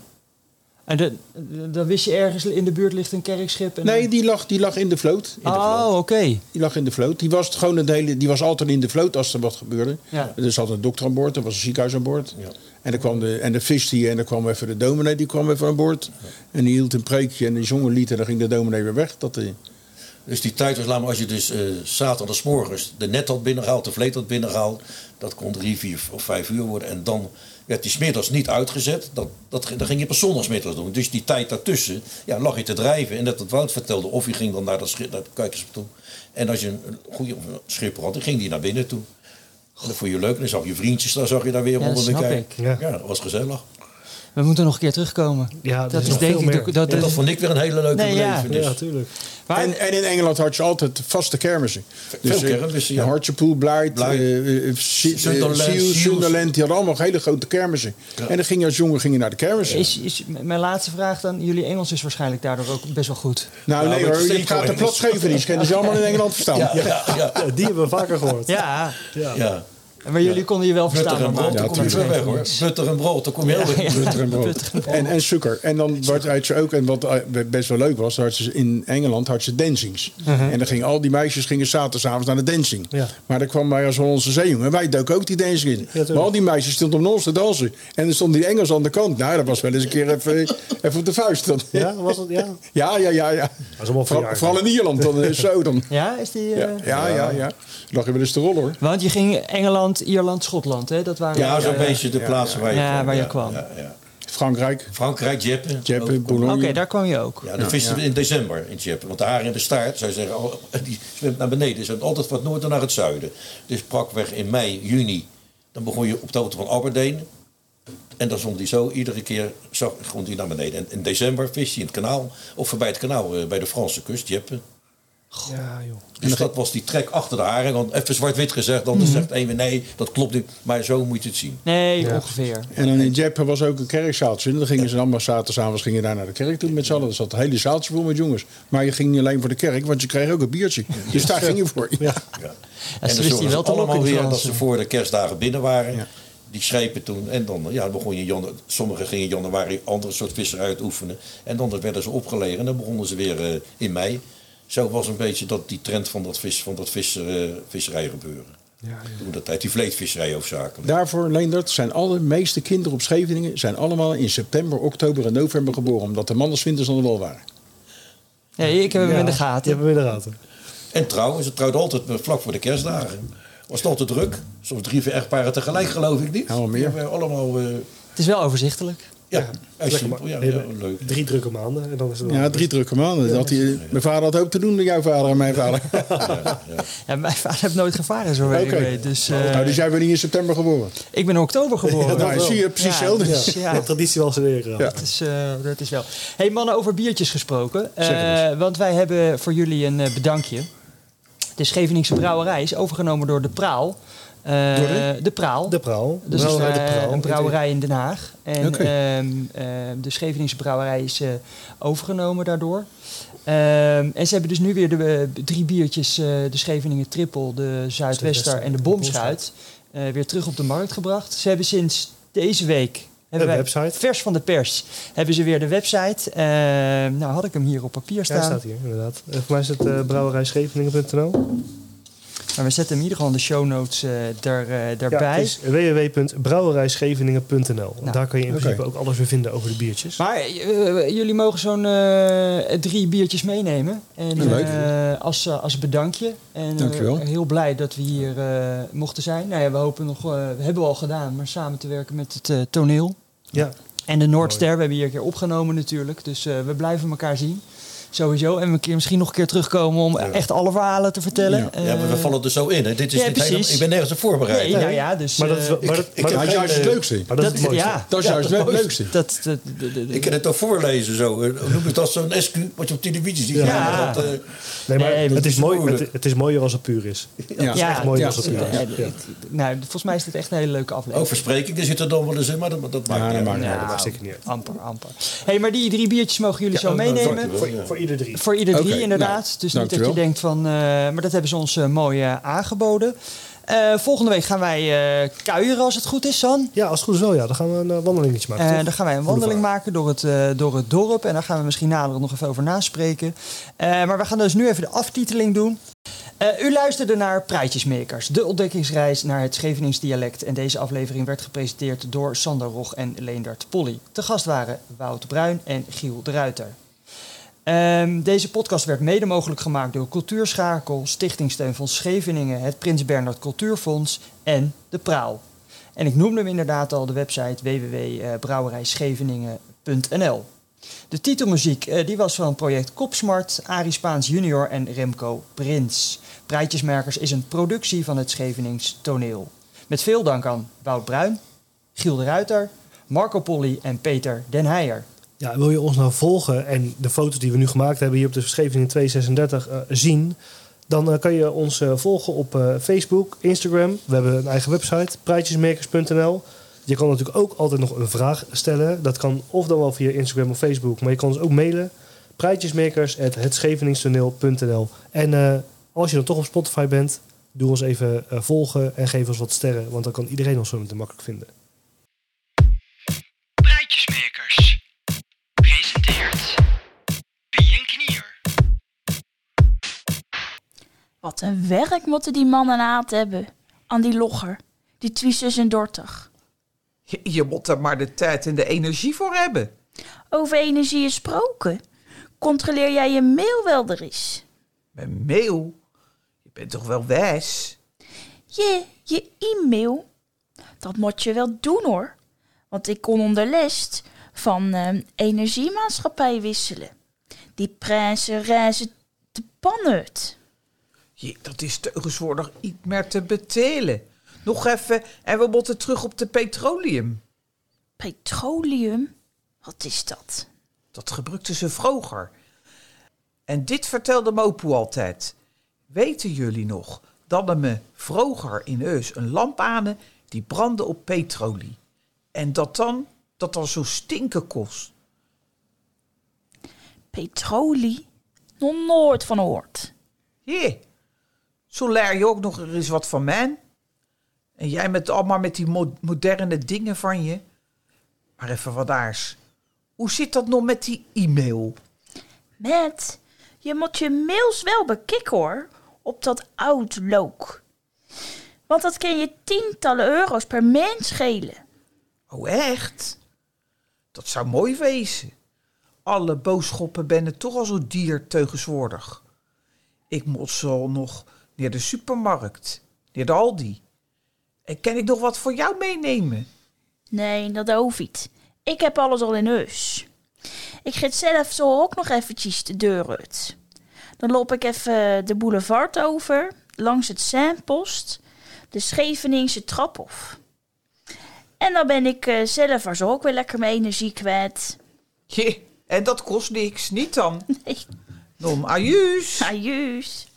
En dan wist je ergens in de buurt ligt een kerkschip? En Nee, die lag in de vloot. Oké. Die lag in de vloot. Die was gewoon die was altijd in de vloot als er wat gebeurde. Ja. Er zat een dokter aan boord, er was een ziekenhuis aan boord. Ja. En dan kwam de vistie en dan kwam even de dominee, die kwam even aan boord. Ja. En die hield een preekje en die zong een lied en dan ging de dominee weer weg. Dus die tijd was, laat maar, als je dus zaterdagsmorgens de net had binnengehaald, de vleet had binnengehaald, dat kon 3, 4 of 5 uur worden. En dan werd die 's middags niet uitgezet. Dat ging je pas zondagsmiddags doen. Dus die tijd daartussen lag je te drijven. En dat het Wout vertelde, of je ging dan naar het kijkers toe. En als je een goede schipper had, dan ging die naar binnen toe. En dat vond je leuk. En dan zag je vriendjes, dan zag je daar weer onder de kijk. Ja, dat was gezellig. We moeten nog een keer terugkomen. Ja, dat is denk ik... Dat vond ik weer een hele leuke beleving. Ja, natuurlijk. En in Engeland had je altijd vaste kermissen. Veel kermissen, ja. Hartjepoel, Blythe, Sunderland, die hadden allemaal hele grote kermissen. Ja. En dan ging je als jongen naar de kermissen. Is mijn laatste vraag dan, jullie Engels is waarschijnlijk daardoor ook best wel goed. Nou nee hoor, je gaat de plat Scheveningen, kennen ze allemaal in Engeland verstaan. Ja, die hebben we vaker gehoord. Ja. Ja. Maar jullie konden je wel verstaan. Butter en brood, dan kom je weer weg hoor. Butter en brood, dan kom je heel weg. Butter en brood. En suiker. En dan had je ook, en wat best wel leuk was, in Engeland had je dancings. En dan gingen al die meisjes zaterdagavond naar de dancing. Ja. Maar dan kwam wij als Hollandse zeejongen, wij doken ook die dancing in. Ja, maar al die meisjes stonden om ons te dansen. En dan stonden die Engels aan de kant. Nou, dat was wel eens een keer even op de vuist. Dan. Ja, was het? Ja. Ja. Vooral in Ierland dan zo dan. Ja, is die... Ja. Lag je wel eens te rollen hoor. Want je ging Engeland, Ierland, Schotland, hè? Dat waren zo'n beetje de plaatsen waar je kwam. Frankrijk, Dieppe, Boulogne. Oké, daar kwam je ook. Ja, dat visten we in december in Dieppe. Want de haring in de staart, zou je zeggen, die zwemt naar beneden. Ze zwemt altijd van het noorden naar het zuiden. Dus praktweg in mei, juni, dan begon je op de hoogte van Aberdeen. En dan stond hij zo, iedere keer gewoon die naar beneden. En in december vis hij in het kanaal, of voorbij het kanaal bij de Franse kust, Dieppe. Ja, joh. Dus dat was die trek achter de haring. Want even zwart-wit gezegd, dan zegt een nee, dat klopt niet. Maar zo moet je het zien. Nee, ongeveer. En dan in Dieppe was ook een kerkzaaltje. En dan gingen ze allemaal zaterdagavond daar naar de kerk toe met z'n allen. Er zat een hele zaaltje vol met jongens. Maar je ging niet alleen voor de kerk, want je kreeg ook een biertje. Dus daar ging je voor. Ja. En dan zorgden ze allemaal weer dat ze voor de kerstdagen binnen waren. Ja. Die schepen toen. En dan begon je sommigen gingen in januari andere soort visserij uitoefenen. En dan werden ze opgelegen. En dan begonnen ze weer in mei. Zo was een beetje die trend van dat visserij gebeuren. Toen dat tijd, die vleetvisserij hoofdzakelijk. Daarvoor, Leendert, zijn alle meeste kinderen op Scheveningen zijn allemaal in september, oktober en november geboren. Omdat de mannen 's winters aan de wal waren. Ja, ik heb hem in de gaten. Je hebt hem in de gaten. En trouwens, het trouwde altijd vlak voor de kerstdagen. Was het altijd druk. Soms 3, 4 echtparen tegelijk, geloof ik niet. Allemaal meer. Allemaal, Het is wel overzichtelijk. Ja, simpel. Leuk. 3 drukke maanden. En dan is het 3 drukke maanden. Mijn vader had ook te doen met jouw vader en mijn vader. Ja, mijn vader heeft nooit gevaren, zo weet ik. Dus jij bent niet in september geboren? Ik ben in oktober geboren. Nou, zie je precies hetzelfde. De traditie was er weer. Dat is wel. Hey mannen, over biertjes gesproken. Want wij hebben voor jullie een bedankje. De Scheveningse brouwerij is overgenomen door De Praal. De Praal. De Praal. Dus een brouwerij in Den Haag. En de Scheveningse brouwerij is overgenomen daardoor. En ze hebben dus nu weer de 3 biertjes, de Scheveningen Triple, de Zuidwester en de Bomschuit, weer terug op de markt gebracht. Ze hebben sinds deze week, vers van de pers, hebben ze weer de website. Nou had ik hem hier op papier staan. Ja, staat hier inderdaad. Voor mij is het brouwerijscheveningen.nl. Maar we zetten hem in ieder geval in de show notes daarbij. Ja, het is www.brouwerijscheveningen.nl. Daar kan je in principe ook alles weer vinden over de biertjes. Maar jullie mogen zo'n 3 biertjes meenemen. En als bedankje. En heel blij dat we hier mochten zijn. Nou ja, we hopen nog, we hebben al gedaan, maar samen te werken met het toneel. Ja. En de Noordster, we hebben hier een keer opgenomen natuurlijk. Dus we blijven elkaar zien. Sowieso. En misschien nog een keer terugkomen om echt alle verhalen te vertellen. Ja, maar we vallen er zo in. Hè. Dit is niet helemaal, ik ben nergens op voorbereid. Nee, nou ja, dus... Maar dat is juist het leukste. Dat is juist het leukste. Ik kan het ook voorlezen zo. Noem het als zo'n SQ wat je op televisie ziet. Ja. Nee, maar het is mooier als het puur is. Ja, het is echt mooier als het puur is. Nou, volgens mij is dit echt een hele leuke aflevering. Ook versprekingen zitten dan wel eens in, maar dat maakt zeker niet uit. Amper. Hey, maar die 3 biertjes mogen jullie zo meenemen. Voor ieder 3, inderdaad. Nou, dus niet dat je denkt van... maar dat hebben ze ons mooi aangeboden. Volgende week gaan wij kuieren als het goed is, San. Ja, als het goed is wel. Ja. Dan gaan we een wandelingetje maken. Dan gaan wij een wandeling maken door het dorp. En daar gaan we misschien nader nog even over naspreken. Maar we gaan dus nu even de aftiteling doen. U luisterde naar Praatjesmakers, de ontdekkingsreis naar het Scheveningse dialect. En deze aflevering werd gepresenteerd door Sander Rog en Leendert Polly. Te gast waren Wout Bruin en Giel de Ruiter. Deze podcast werd mede mogelijk gemaakt door Cultuurschakel, Stichting Steunfonds Scheveningen, het Prins Bernhard Cultuurfonds en De Praal. En ik noemde hem inderdaad al, de website www.brouwerijscheveningen.nl. De titelmuziek die was van het project Kopsmart, Arie Spaans junior en Remco Prins. Praatjesmakers is een productie van het Schevenings Toneel. Met veel dank aan Wout Bruin, Giel de Ruiter, Marco Polly en Peter den Heijer. Ja, wil je ons nou volgen en de foto's die we nu gemaakt hebben hier op de Scheveningen 236 zien, dan kan je ons volgen op Facebook, Instagram. We hebben een eigen website, praatjesmakers.nl. Je kan natuurlijk ook altijd nog een vraag stellen. Dat kan of dan wel via Instagram of Facebook, maar je kan ons ook mailen. praatjesmakers@hetscheveningstoneel.nl. En als je dan toch op Spotify bent, doe ons even volgen en geef ons wat sterren, want dan kan iedereen ons zo meteen makkelijk vinden. Praatjesmakers presenteert Knier. Wat een werk moeten die mannen aan hebben. Aan die logger, die 236. Je moet er maar de tijd en de energie voor hebben. Over energie gesproken. Controleer jij je mail wel er is? Mijn mail? Je bent toch wel wijs? Je e-mail? Dat moet je wel doen hoor. Want ik kon onder les van energiemaatschappij wisselen. Die prijzen reizen de pan uit. Dat is tegenwoordig niet meer te betalen. Nog even en we moeten terug op de petroleum. Petroleum? Wat is dat? Dat gebruikten ze vroeger. En dit vertelde Mopu altijd. Weten jullie nog dat me vroeger in huis een lamp aan die brandde op petrolie? En dat dan zo stinken kost? Petrolie? Nog nooit van gehoord. Zo leer je ook nog eens wat van mij. En jij allemaal met die moderne dingen van je. Maar even wat aars. Hoe zit dat nog met die e-mail? Je moet je mails wel bekijken hoor. Op dat Outlook. Want dat kan je tientallen euro's per maand schelen. Oh echt? Dat zou mooi wezen. Alle boodschappen ben toch al zo dier tegenwoordig. Ik moet zo nog naar de supermarkt. Naar de Aldi. En kan ik nog wat voor jou meenemen? Nee, dat hoeft niet. Ik heb alles al in huis. Ik ga zelf zo ook nog eventjes de deur uit. Dan loop ik even de boulevard over, langs het Seinpost, de Scheveningse trap af. En dan ben ik zelf er zo ook weer lekker mijn energie kwijt. En dat kost niks, niet dan? Nee. Non, ajuus. Ajuus.